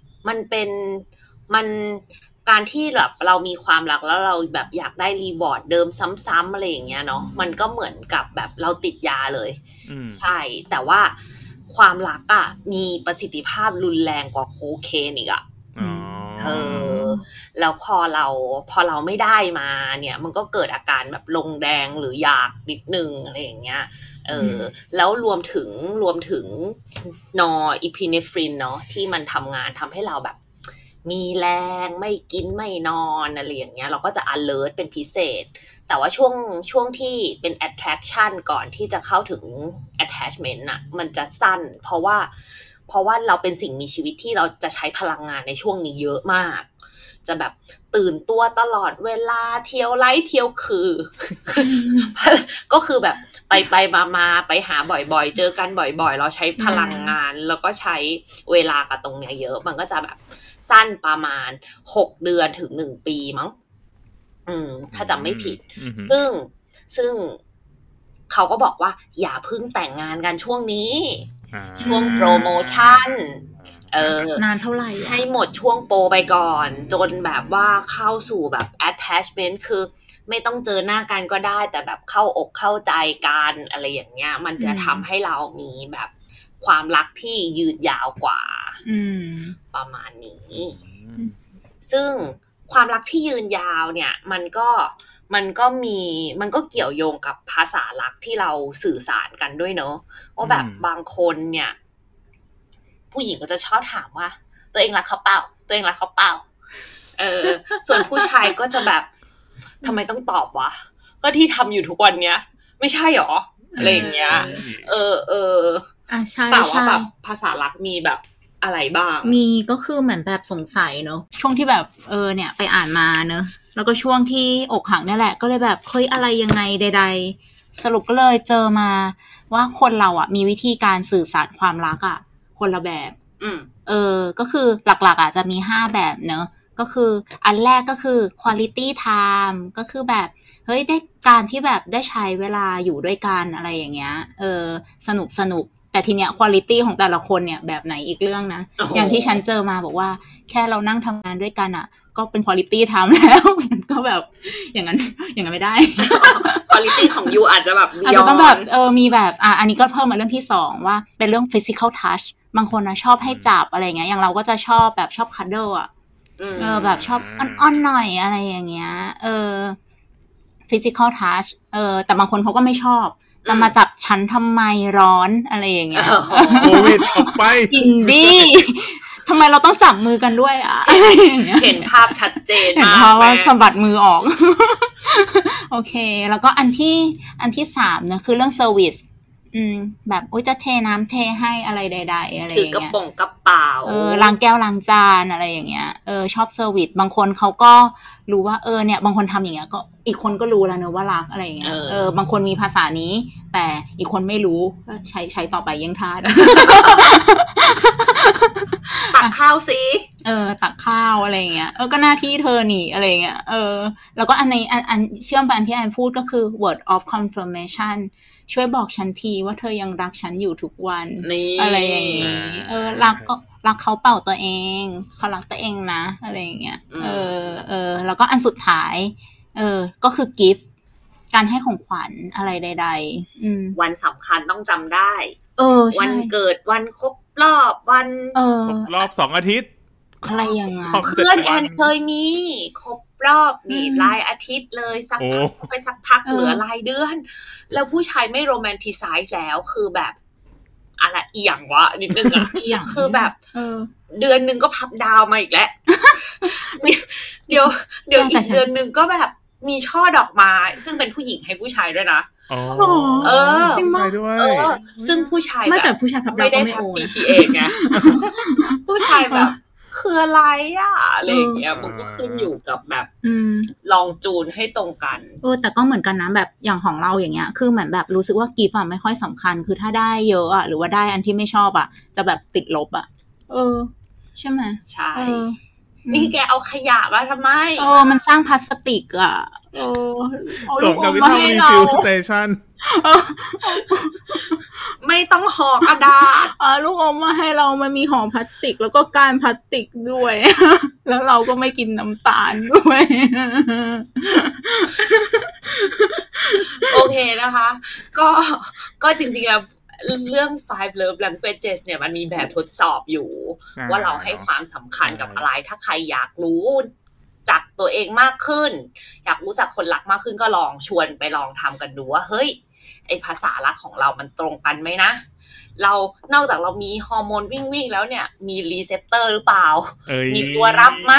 มันการที่แบบเรามีความรักแล้วเราแบบอยากได้รีวอร์ดเดิมซ้ำๆอะไรอย่างเงี้ยเนาะมันก็เหมือนกับแบบเราติดยาเลยใช่แต่ว่าความรักอ่ะมีประสิทธิภาพรุนแรงกว่าโคเคนอีกอ่ะแล้วพอเราไม่ได้มาเนี่ยมันก็เกิดอาการแบบลงแดงหรืออยากนิดนึงอะไรอย่างเงี้ยแล้วรวมถึงนอร์อีพิเนฟรินเนาะที่มันทำงานทำให้เราแบบมีแรงไม่กินไม่นอนอะไรอย่างเงี้ยเราก็จะ alert เป็นพิเศษแต่ว่าช่วงที่เป็น attraction ก่อนที่จะเข้าถึง attachment น่ะมันจะสั้นเพราะว่าเราเป็นสิ่งมีชีวิตที่เราจะใช้พลังงานในช่วงนี้เยอะมากจะแบบตื่นตัวตลอดเวลาเที่ยวไล่เที่ยวคือ ก็คือแบบไปมาไปหาบ่อยๆเจอกันบ่อยๆเราใช้พลังงานแล้วก็ใช้เวลากับตรงเนี้ยเยอะมันก็จะแบบสั้นประมาณ6 เดือนถึง1 ปีมั้งถ้าจำไม่ผิดซึ่งเขาก็บอกว่าอย่าเพิ่งแต่งงานกันช่วงนี้ ช่วงอืมโปรโมชั่นนานเท่าไหร่อะให้หมดช่วงโปรไปก่อนจนแบบว่าเข้าสู่แบบ attachment คือไม่ต้องเจอหน้ากันก็ได้แต่แบบเข้าอกเข้าใจกันอะไรอย่างเงี้ยมันจะทำให้เรามีแบบความรักที่ยืดยาวกว่าประมาณนี้ซึ่งความรักที่ยืนยาวเนี่ยมันก็เกี่ยวโยงกับภาษารักที่เราสื่อสารกันด้วยเนอะว่าแบบบางคนเนี่ยผู้หญิงก็จะชอบถามว่าตัวเองรักเขาเปล่าตัวเองรักเขาเปล่าส่วนผู้ชายก็จะแบบทำไมต้องตอบวะก็ที่ทำอยู่ทุกวันเนี้ยไม่ใช่หรออะไรอย่างเงี้ยใช่แต่ว่าแบบภาษารักมีแบบอะไรบ้างมีก็คือเหมือนแบบสงสัยเนอะช่วงที่แบบเนี่ยไปอ่านมาเนอะแล้วก็ช่วงที่อกหักนี่แหละก็เลยแบบเฮ้ยอะไรยังไงใดๆสรุปก็เลยเจอมาว่าคนเราอ่ะมีวิธีการสื่อสารความรักอ่ะคนละแบบก็คือหลักๆอ่ะจะมี5แบบเนอะก็คืออันแรกก็คือ quality time ก็คือแบบเฮ้ยได้การที่แบบได้ใช้เวลาอยู่ด้วยกันอะไรอย่างเงี้ยสนุกแต่ทีเนี้ย quality ของแต่ละคนเนี่ยแบบไหนอีกเรื่องนะ อย่างที่ฉันเจอมาบอกว่าแค่เรานั่งทำงานด้วยกันอ่ะก็เป็น quality time แล้วก็แบบอย่างนั้นไม่ได้ quality ของยูอาจจะแบบอาจจะต้องแบบมีแบบอันนี้ก็เพิ่มมาเรื่องที่2ว่าเป็นเรื่อง physical touch บางคนนะชอบให้จับอะไรเงี้ยอย่างเราก็จะชอบแบบชอบ cuddle อ่ะแบบชอบอ้อนๆหน่อยอะไรอย่างเงี้ยphysical touch แต่บางคนเขาก็ไม่ชอบจะมาจับฉันทำไมร้อนอะไรอย่างเงี้ยโควิดออกไปอินดี้ทำไมเราต้องจับมือกันด้วยอ่ะเห็นภาพชัดเจนมากเห็นภาพว่าสะบัดมือออกโอเคแล้วก็อันที่3นะคือเรื่องเซอร์วิสแบบจะเทน้ำเทให้อะไรใดๆอะไรอย่างเงี้ยถือกระป๋องกระเป๋าล้างแก้วล้างจานอะไรอย่างเงี้ยชอบเซอร์วิสบางคนเขาก็รู้ว่าเนี่ยบางคนทำอย่างเงี้ยก็อีกคนก็รู้แล้วเนอะว่ารักอะไรอย่างเงี้ยบางคนมีภาษานี้แต่อีกคนไม่รู้ก็ใช้ต่อไปยังทาสตักข้าวสิตักข้าวอะไรอย่างเงี้ยก็หน้าที่เธอหนีอะไรอย่างเงี้ยแล้วก็อันเชื่อมไปอันที่อันพูดก็คือ word of confirmation ช่วยบอกฉันทีว่าเธอยังรักฉันอยู่ทุกวันอะไรอย่างงี้รักเขาเปล่าตัวเองเขารักตัวเองนะอะไรอย่างเงี้ยแล้วก็อันสุดท้ายก็คือ gift การให้ของขวัญอะไรใดๆวันสำคัญต้องจำได้วันเกิดวันครบรอบวันครบรอบ2 อาทิตย์อะไรอย่างเงี้ยเพื่อนแอนเคยมีครบรอบนี่รายอาทิตย์เลยสักพักไปสักพักเหลือรายเดือนแล้วผู้ชายไม่โรแมนติไซส์แล้วคือแบบอะไรอีหยังวะนิดนึงอ่ะคือแบบเดือนนึงก็พับดาวมาอีกแล้วเดี๋ยวอีกเดือนนึงก็แบบมีช่อดอกไม้ซึ่งเป็นผู้หญิงให้ผู้ชายด้วยนะจริงมากซึ่งผู้ชายแบบผู้ชายพับดาวไม่ได้พับปีชีเองไงผู้ชายแบบคืออะไรอ่ะอะไรอย่างเงี้ยมันก็ขึ้นอยู่กับแบบลองจูนให้ตรงกันแต่ก็เหมือนกันนะแบบอย่างของเราอย่างเงี้ยคือเหมือนแบบรู้สึกว่ากิฟต์ไม่ค่อยสำคัญคือถ้าได้เยอะหรือว่าได้อันที่ไม่ชอบจะแบบติดลบใช่ไหมใช่นี่แกเอาขยะมาทำไมมันสร้างพลาสติกส่งกับวิธีรีฟิลสเตชันไม่ต้องห่อกระดาษลูกอมมาให้เรามันมีห่อพลาสติกแล้วก็ก้านพลาสติกด้วยแล้วเราก็ไม่กินน้ำตาลด้วยโอเคนะคะก็จริงๆแล้วเรื่อง 5 Love Languages เนี่ยมันมีแบบทดสอบอยู่ว่าเราให้ความสำคัญกับอะไรถ้าใครอยากรู้จักตัวเองมากขึ้นอยากรู้จักคนรักมากขึ้นก็ลองชวนไปลองทำกันดูว่าเฮ้ยไอภาษารักของเรามันตรงกันไหมนะเรานอกจากเรามีฮอร์โมนวิ่งแล้วเนี่ยมีรีเซปเตอร์หรือเปล่ามีตัวรับไหม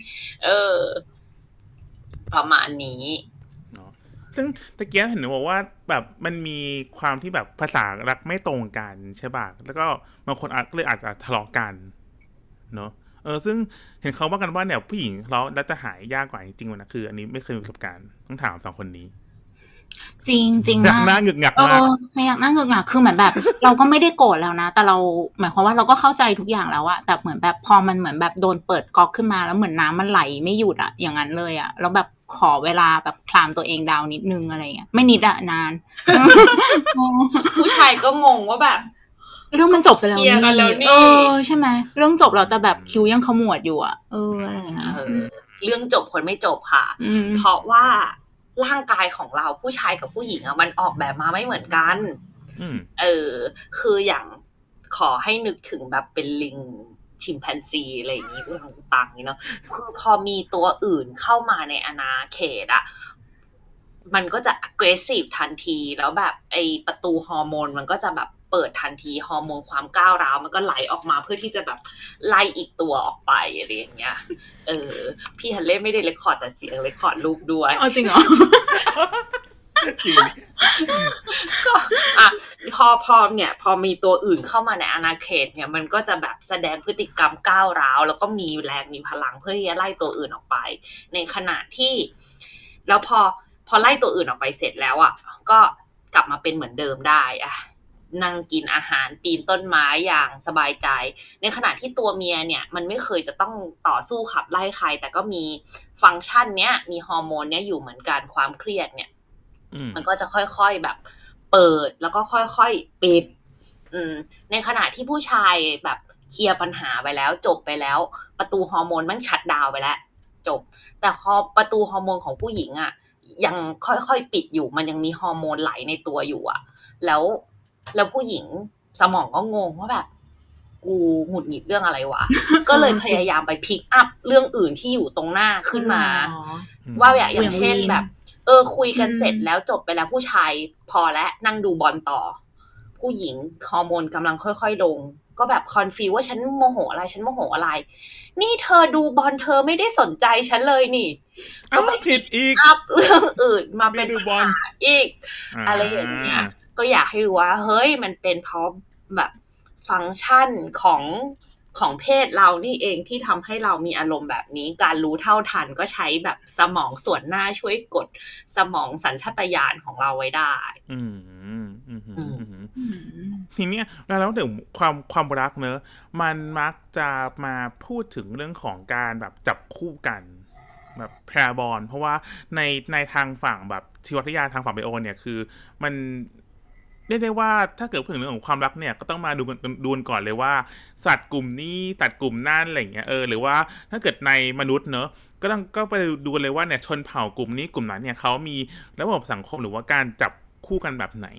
ประมาณนี้ซึ่งตะเกียบเห็นบอกว่าแบบมันมีความที่แบบภาษารักไม่ตรงกันใช่ป่ะแล้วก็บางคนเลยอาจจะทะเลาะกันเนาะซึ่งเห็นเขาว่ากันว่าเนี่ยผู้หญิงแล้วจะหายยากกว่าจริงๆนะคืออันนี้ไม่เคยมีประสบการณ์ต้องถาม2 คนนี้จริงจริงอยากมากหน้าหงึกหงักเอมากอไม่อยากนั่งเงือกหงักคือเหมือนแบบ เราก็ไม่ได้โกรธแล้วนะ แต่เราหมายความว่าเราก็เข้าใจทุกอย่างแล้วอะแต่เหมือนแบบพอมันเหมือนแบบโดนเปิดก๊อกขึ้นมาแล้วเหมือนน้ำมันไหลไม่หยุดอะอย่างนั้นเลยอะแล้วแบบขอเวลาแบบคลามตัวเองดาวนิดนึงอะไรเงี้ยไม่นิดอะนานผู้ชายก็งงว่าแบบเรื่องมันจบไปแล้วเคลียร์กันแล้วนี่ใช่ไหมเรื่องจบแล้วแต่แบบคิวยังขมวดอยู่อะอะไรอย่างเงี้ยเรื่องจบคนไม่จบค่ะ เพราะว่าร่างกายของเราผู้ชายกับผู้หญิงอะมันออกแบบมาไม่เหมือนกัน คืออย่างขอให้นึกถึงแบบเป็นลิงชิมแปนซีอะไรอย่างนี้ต่างๆนี่เนาะคือพอมีตัวอื่นเข้ามาในอาณาเขตอะมันก็จะ aggressive ทันทีแล้วแบบไอประตูฮอร์โมนมันก็จะแบบเปิดทันทีฮอร์โมนความก้าวร้าวมันก็ไหลออกมาเพื่อที่จะแบบไล่อีกตัวออกไปอะไรอย่างเงี้ยพี่ฮันเล่ไม่ได้เรคคอร์ดแต่เสียงเรคคอร์ดรูปด้วยจริงเหรอก็พอเนี่ยพอมีตัวอื่นเข้ามาในอาณาเขตเนี่ยมันก็จะแบบแสดงพฤติกรรมก้าวร้าวแล้วก็มีแรงมีพลังเพื่อที่จะไล่ตัวอื่นออกไปในขณะที่แล้วพอไล่ตัวอื่นออกไปเสร็จแล้วอ่ะก็กลับมาเป็นเหมือนเดิมได้อ่ะนั่งกินอาหารปีนต้นไม้อย่างสบายใจในขณะที่ตัวเมียเนี่ยมันไม่เคยจะต้องต่อสู้ขับไล่ใครแต่ก็มีฟังก์ชันเนี้ยมีฮอร์โมนเนี้ยอยู่เหมือนกันความเครียดเนี่ยมันก็จะค่อยๆแบบเปิดแล้วก็ค่อยๆปิดในขณะที่ผู้ชายแบบเคลียร์ปัญหาไปแล้วจบไปแล้วประตูฮอร์โมนมันชัตดาวน์ไปแล้วจบแต่พอประตูฮอร์โมนของผู้หญิงอ่ะยังค่อยๆปิดอยู่มันยังมีฮอร์โมนไหลในตัวอยู่อ่ะแล้วผู้หญิงสมองก็งงว่าแบบกูหงุดหงิดเรื่องอะไรวะ ก็เลยพยายามไปพิกอัพเรื่องอื่นที่อยู่ตรงหน้าขึ้นมาว่าอย่างเช่นแบบคุยกันเสร็จแล้วจบไปแล้วผู้ชายพอแล้วนั่งดูบอลต่อผู้หญิงฮอร์โมนกำลังค่อยๆลงก็แบบคอนฟิวว่าฉันโมโหอะไรนี่เธอดูบอลเธอไม่ได้สนใจฉันเลยนี่ก็ไม่ผิดอีกอัพเรื่องอื่นมาเป็นดูบอลอีกอะไรอย่างเงี้ยก็อยากให้รู้ว่าเฮ้ยมันเป็นเพราะแบบฟังก์ชันของเพศเรานี่เองที่ทำให้เรามีอารมณ์แบบนี้การรู้เท่าทันก็ใช้แบบสมองส่วนหน้าช่วยกดสมองสัญชาตญาณของเราไว้ได้ทีเนี้ยแล้วถึงความรักเนอะมันมักจะมาพูดถึงเรื่องของการแบบจับคู่กันแบบแพรบอลเพราะว่าในทางฝั่งแบบชีววิทยาทางฝั่งไบโอเนี่ยคือมันเรียกได้ว่าถ้าเกิดพูดถึงเรื่องของความรักเนี่ยก็ต้องมาดูกันก่อนเลยว่าสัตว์กลุ่มนี้สัตว์กลุ่มนั่นอะไรอย่างเงี้ยหรือว่าถ้าเกิดในมนุษย์เนอะก็ไปดูเลยว่าเนี่ยชนเผ่ากลุ่มนี้กลุ่มนั้นเนี่ยเขามีระบบสังคมหรือว่าการจับคู่กันแบบไหน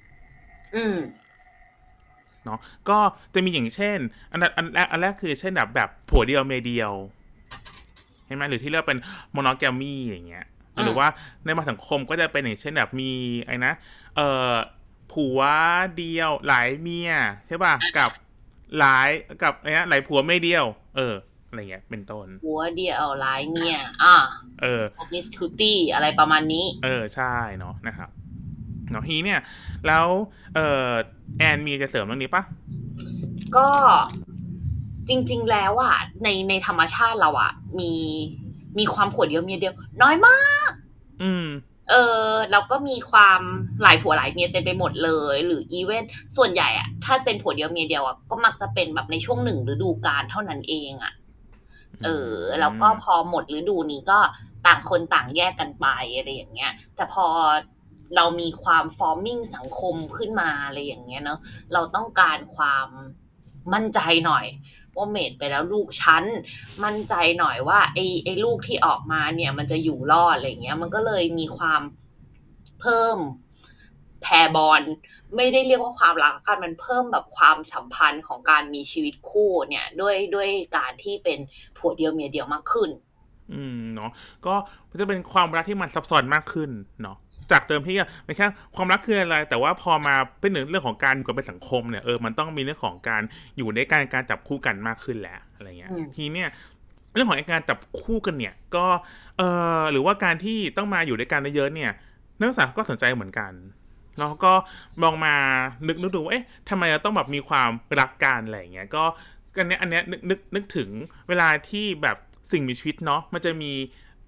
เนาะก็จะมีอย่างเช่นอันแรกคือเช่นแบบผัวเดียวเมียเดียวใช่ไหมหรือที่เรียกเป็นโมโนแกมีอย่างเงี้ยหรือว่าในสังคมก็จะเป็นอย่างเช่นแบบมีไอ้นะผัวเดียวหลายเมียใช่ป่ะกับหลายหลายผัวไม่เดียวอะไรเงี้ยเป็นต้นผัวเดียวหลายเมียpromiscuity อะไรประมาณนี้ใช่เนาะนะครับเนาะทีเนี่ยแล้วแอนมีจะเสริมเรื่องนี้ปะก็จริงๆแล้วอ่ะในธรรมชาติเราอ่ะมีความผัวเดียวเมียเดียวน้อยมากเราก็มีความหลายผัวหลายเมียเต็มไปหมดเลยหรืออีเวนส่วนใหญ่อ่ะถ้าเป็นผัวเดียวเมียเดียวอ่ะก็มักจะเป็นแบบในช่วง1ฤดูกาลเท่านั้นเองอ่ะแล้วก็พอหมดฤดูนี้ก็ต่างคนต่างแยกกันไปอะไรอย่างเงี้ยแต่พอเรามีความฟอร์มิ่งสังคมขึ้นมาอะไรอย่างเงี้ยเนาะเราต้องการความมั่นใจหน่อยว่าเมดไปแล้วลูกฉันมั่นใจหน่อยว่าไอ้ลูกที่ออกมาเนี่ยมันจะอยู่รอดอะไรเงี้ยมันก็เลยมีความเพิ่มแพรบอลไม่ได้เรียกว่าความรักกันมันเพิ่มแบบความสัมพันธ์ของการมีชีวิตคู่เนี่ยด้วยการที่เป็นผัวเดียวเมียเดียวมากขึ้นเนาะก็จะเป็นความรักที่มันซับซ้อนมากขึ้นเนาะจากเดิมที่ไม่ใช่ความรักคืออะไรแต่ว่าพอมาเป็นเรื่องของการอยู่กับเป็นสังคมเนี่ยมันต้องมีเรื่องของการอยู่ในการจับคู่กันมากขึ้นแล้วอะไรเงี้ยทีเนี้ยเรื่องของการจับคู่กันเนี่ยก็หรือว่าการที่ต้องมาอยู่ด้วยกันเยอะๆเนี่ยนักศึกษาก็สนใจเหมือนกันแล้วก็มองมานึกดูว่าทำไมเราต้องแบบมีความรักกันอะไรเงี้ยก็อันเนี้ยนึกถึงเวลาที่แบบสิ่งมีชีวิตเนาะมันจะมี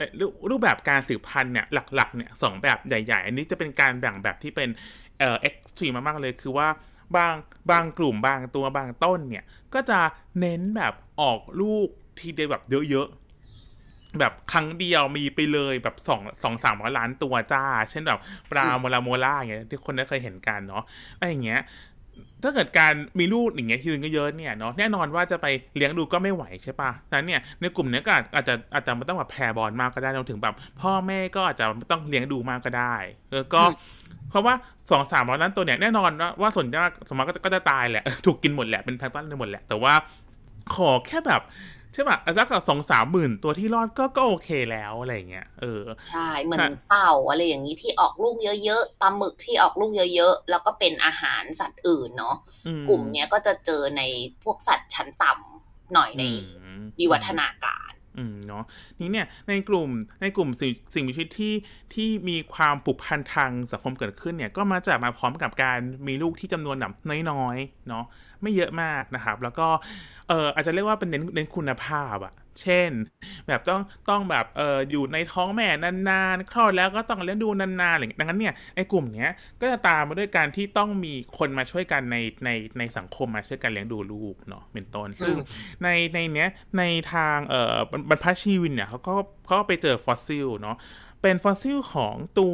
รูปแบบการสืบพันธุ์เนี่ยหลักๆเนี่ยสองแบบใหญ่ๆอันนี้จะเป็นการแบ่งแบบที่เป็นเอ็กซ์ตรีมมากๆเลยคือว่าบางกลุ่มบางตัวบางต้นเนี่ยก็จะเน้นแบบออกลูกทีเดียวแบบเยอะๆแบบครั้งเดียวมีไปเลยแบบ200-300 ล้านตัวจ้าเช่นแบบปลาโมล่าอย่างเงี้ยที่คนได้เคยเห็นกันเนาะอะไรอย่างเงี้ยถ้าเกิดการมีลูกอย่างเงี้ยทีนึงก็เยอะเนี่ยเนาะแน่นอนว่าจะไปเลี้ยงดูก็ไม่ไหวใช่ปะนั้นเนี่ยในกลุ่มเนี้ยก็อาจจะไม่ต้องแบบแพร์บอลมากก็ได้รวมถึงแบบพ่อแม่ก็อาจจะไม่ต้องเลี้ยงดูมากก็ได้แล้วก็เพราะว่า200-300 ล้านตัวเนี่ยแน่นอนว่าส่วนมากก็จะตายแหละ ถูกกินหมดแหละเป็นแพลงก์ตันหมดแหละแต่ว่าขอแค่แบบใช่ป่ะสัก2-3 หมื่นตัวที่รอดก็โอเคแล้วอะไรเงี้ยใช่เหมือนเต่าอะไรอย่างนี้ที่ออกลูกเยอะๆปลาหมึกที่ออกลูกเยอะๆแล้วก็เป็นอาหารสัตว์อื่นเนาะกลุ่มเนี้ยก็จะเจอในพวกสัตว์ชั้นต่ำหน่อยในวิวัฒนาการเนาะนี่เนี่ยในกลุ่มสิ่งมีชีวิตที่มีความผูกพันทางสังคมเกิดขึ้นเนี่ยก็มาพร้อมกับการมีลูกที่จำนวนแบบน้อยๆเนาะไม่เยอะมากนะครับแล้วก็อาจจะเรียกว่าเป็นเน้นคุณภาพอะเช่นแบบต้องแบบอยู่ในท้องแม่นานๆคลอดแล้วก็ต้องเลี้ยงดูนานๆอะไรอย่างเงี้ยดังนั้นเนี่ยไอ้กลุ่มเนี้ยก็จะตามมาด้วยการที่ต้องมีคนมาช่วยกันในสังคมมาช่วยกันเลี้ยงดูลูกเนาะเป็นต้นซึ่งในเนี้ยในทางบรรพชีวินเนี่ยเขาก็ไปเจอฟอสซิลเนาะเป็นฟอสซิลของตัว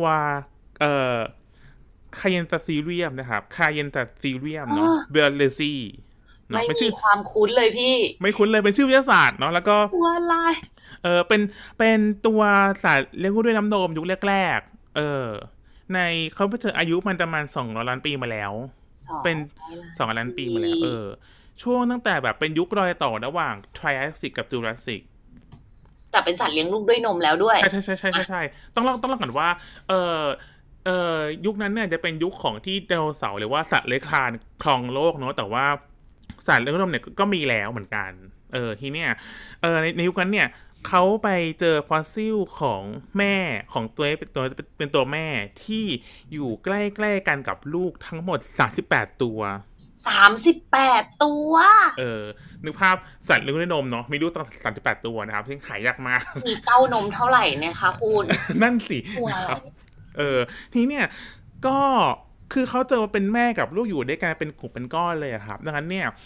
คาเยนตาซีเรียมนะครับคาเยนตาซีเรียมเนาะเบลเลซี่ไม่มีความคุ้นเลยพี่ไม่คุ้นเลยเป็นชื่อวิทยาศาสตร์เนาะแล้วก็ตัวอะไรเป็นตัวสัตว์เลี้ยงลูกด้วยน้ำนมยุคแรกๆในเขาไปเจออายุมันประมาณ200 ล้านปีมาแล้วเป็น200 ล้านปีมาแล้วช่วงตั้งแต่แบบเป็นยุครอยต่อระหว่างไทรแอสซิกกับจูราสสิกแต่เป็นสัตว์เลี้ยงลูกด้วยนมแล้วด้วยใช่ต้องเล่าก่อนว่ายุคนั้นเนี่ยจะเป็นยุคของที่ไดโนเสาร์หรือว่าสัตว์เลื้อยคลานครองโลกเนาะแต่ว่าสัตว์เลี้ยงลูกเนี่ยก็มีแล้วเหมือนกันทีเนี้ยในยุคนั้นเนี่ยเขาไปเจอฟอสซิลของแม่ของเป็นตัวแม่ที่อยู่ใกล้ๆกันกับลูกทั้งหมด38 ตัว 38 ตัวนึกภาพสัตว์เลี้ยงด้วยนมเนาะมีลูกตั้ง38 ตัวนะครับซึ่งหายากมากมีเต้านมเท่าไหร่นะคะคุณนั่นสิครับทีเนี่ยก็คือเขาเจอว่าเป็นแม่กับลูกอยู่ด้วยกันเป็นกลุ่มเป็นก้อนเลยครับดังนั้นเนี่ย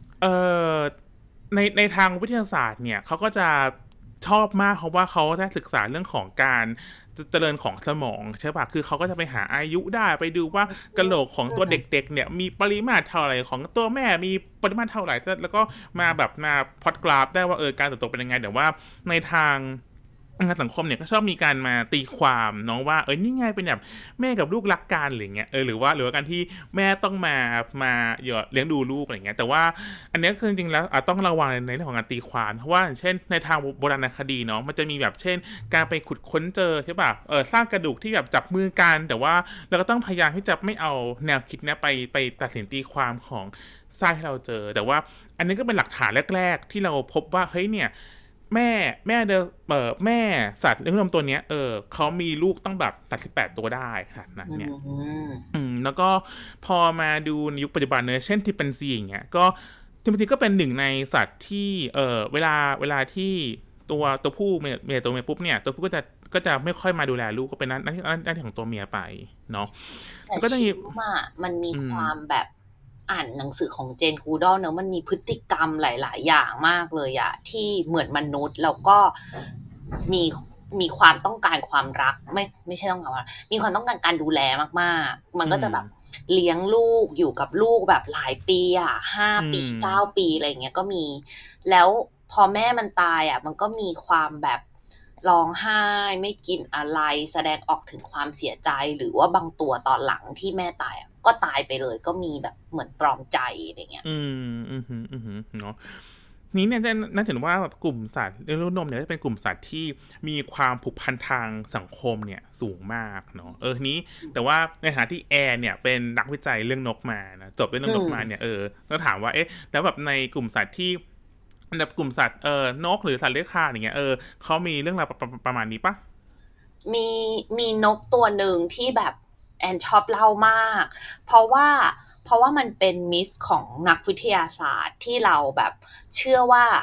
ในทางวิทยาศาสตร์เนี่ยเขาก็จะชอบมากเพราะว่าเขาได้ศึกษาเรื่องของการเจริญของสมองใช่ป่ะคือเขาก็จะไปหาอายุได้ไปดูว่ากะโหลกของตัวเด็กๆเนี่ยมีปริมาตรเท่าไหร่ของตัวแม่มีปริมาตรเท่าไหร่แล้วก็มาพล็อตกราฟได้ว่าการเติบโตเป็นยังไงแต่ว่าในทางสังคมเนี่ยก็ชอบมีการมาตีความเนาะว่านี่ไงเป็นแบบแม่กับลูกรักกันอะไรเงี้ยหรือว่าการที่แม่ต้องมาเลี้ยงดูลูกอะไรเงี้ยแต่ว่าอันนี้คือจริงๆแล้วต้องระวังในเรื่องของการตีความเพราะว่าเช่นในทางโบราณคดีเนาะมันจะมีแบบเช่นการไปขุดค้นเจอใช่ป่ะสร้างกระดูกที่แบบจับมือกันแต่ว่าเราก็ต้องพยายามที่จะไม่เอาแนวคิดนี้ไปตัดสินตีความของซากที่เราเจอแต่ว่าอันนี้ก็เป็นหลักฐานแรกๆที่เราพบว่าเฮ้ยเนี่ยแม่แม่สัตว์เลี้ยงนมตัวเนี้ยเขามีลูกตั้งแบบ38 ตัวได้ขนาดนั้นเนี่ยแล้วก็พอมาดูในยุคปัจจุบันเนี่ยเช่นทิมแปนซีอย่างเงี้ยก็ทิมแปนซีก็เป็นหนึ่งในสัตว์ที่เวลาที่ตัวผู้เมียตัวเมียปุ๊บเนี่ยตัวผู้ก็จะไม่ค่อยมาดูแลลูกก็เป็นหน้าที่ของตัวเมียไปเนาะก็จะมันมีความแบบอ่านหนังสือของเจนกูดอลเนอะมันมีพฤติกรรมหลายๆอย่างมากเลยอะที่เหมือนมนุษย์แล้วก็มีความต้องการความรักไม่ใช่ต้องการว่ามีความต้องการการดูแลมากๆมันก็จะแบบเลี้ยงลูกอยู่กับลูกแบบหลายปีอะ5 ปี9 ปีอะไรอย่างเงี้ยก็มีแล้วพอแม่มันตายอะมันก็มีความแบบร้องไห้ไม่กินอะไรแสดงออกถึงความเสียใจหรือว่าบางตัวตอนหลังที่แม่ตายก็ตายไปเลยก็มีแบบเหมือนตรอมใจอะไรเงี้ยเนาะนี้เนี่ยน่าจะเห็นว่ากลุ่มสัตว์เลี้ยงลูกนมเนี่ยจะเป็นกลุ่มสัตว์ที่มีความผูกพันทางสังคมเนี่ยสูงมากเนาะนี้แต่ว่าในฐานะที่แอร์เนี่ยเป็นนักวิจัยเรื่องนกมานะจบเรื่องนกมาเนี่ยแล้วถามว่าแล้วแบบในกลุ่มสัตว์ที่แบบกลุ่มสัตว์นกหรือสัตว์เลื้อยคลานอย่างเงี้ยเขามีเรื่องราวประมาณนี้ปะมีนกตัวหนึ่งที่แบบแอนชอบเล่ามากเพราะว่ามันเป็นมิสของนักวิทยาศาสตร์ที่เราแบบเชื่อว่า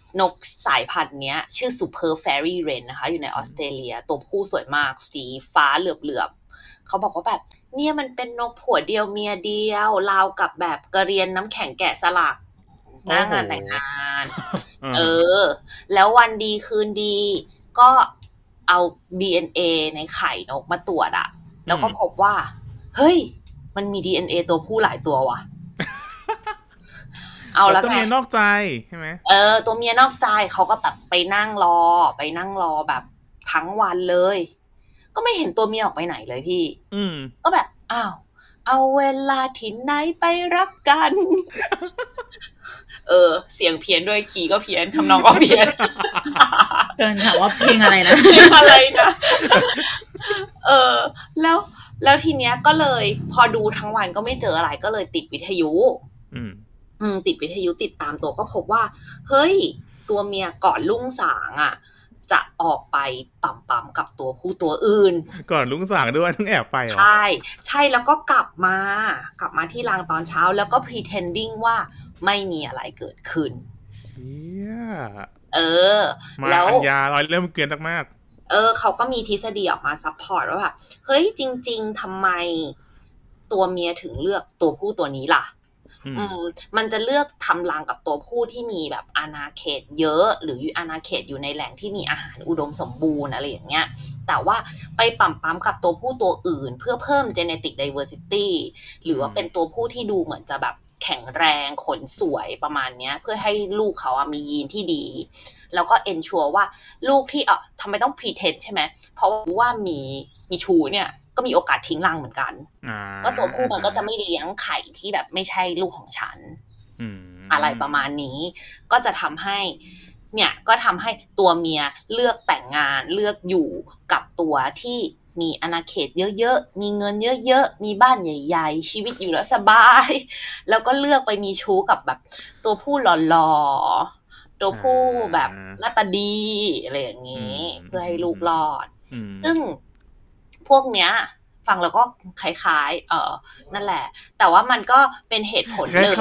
นกสายพันธุ์เนี้ยชื่อ Super Fairy Wren นะคะอยู่ในออสเตรเลียตัวผู้สวยมากสีฟ้าเหลือบๆเขาบอกว่าแบบเนี่ยมันเป็นนกผัวเดียวเมียเดียวราวกับแบบกระเรียนน้ำแข็งแกะสลักหน้างานแต่งงานแล้ววันดีคืนดีก็เอา DNA ในไข่นกมาตรวจอะแล้วก็พบว่าเฮ้ยมันมี DNA ตัวผู้หลายตัวว่ะเอาแล้วตัวเมียนอกใจใช่ไหมตัวเมียนอกใจเขาก็แบบไปนั่งรอแบบทั้งวันเลยก็ไม่เห็นตัวเมียออกไปไหนเลยพี่ก็แบบอ้าวเอาเวลาที่ไหนไปรักกันเสียงเพี้ยนด้วยคีย์ก็เพี้ยนทำนองก็เพี้ยนเกินถามว่าเพลงอะไรนะเพลงอะไรนะแล้วทีเนี้ยก็เลยพอดูทั้งวันก็ไม่เจออะไรก็เลยติดวิทยุติดวิทยุติดตามตัวก็พบว่าเฮ้ยตัวเมียก่อนรุ่งสางอ่ะจะออกไปปั๊มกับตัวผู้ตัวอื่นก่อนรุ่งสางด้วยต้องแอบไปเหรอใช่แล้วก็กลับมาที่รังตอนเช้าแล้วก็ pretending ว่าไม่มีอะไรเกิดขึ้นแล้วอัญญาร้อยเริ่มเกลียนมากเขาก็มีทฤษฎีออกมาซัพพอร์ตว่าแบบเฮ้ยจริงๆทำไมตัวเมียถึงเลือกตัวผู้ตัวนี้ล่ะมันจะเลือกทำรังกับตัวผู้ที่มีแบบอาณาเขตเยอะหรืออาณาเขตอยู่ในแหล่งที่มีอาหารอุดมสมบูรณ์อะไรอย่างเงี้ยแต่ว่าไปปั๊มกับตัวผู้ตัวอื่นเพื่อเพิ่ม genetic diversity หรือว่าเป็นตัวผู้ที่ดูเหมือนจะแบบแข็งแรงขนสวยประมาณเนี้ยเพื่อให้ลูกเขาอะมียีนที่ดีแล้วก็ ensure ว่าลูกที่ทำไมต้อง pretend ใช่ไหมเพราะว่ามีชูเนี่ยก็มีโอกาสทิ้งรังเหมือนกันก็ตัวผู้มันก็จะไม่เลี้ยงไข่ที่แบบไม่ใช่ลูกของฉันอะไรประมาณนี้ก็จะทำให้ตัวเมียเลือกแต่งงานเลือกอยู่กับตัวที่มีอาณาเขตเยอะๆมีเงินเยอะๆมีบ้านใหญ่ๆชีวิตอยู่แล้วสบายแล้วก็เลือกไปมีชู้กับแบบตัวผู้หล่อๆตัวผู้แบบหน้าตาดีอะไรอย่างนี้เพื่อให้ลูกรอดซึ่งพวกเนี้ยฟังแล้วก็คล้ายๆนั่นแหละแต่ว่ามันก็เป็นเหตุผลหนึ่งค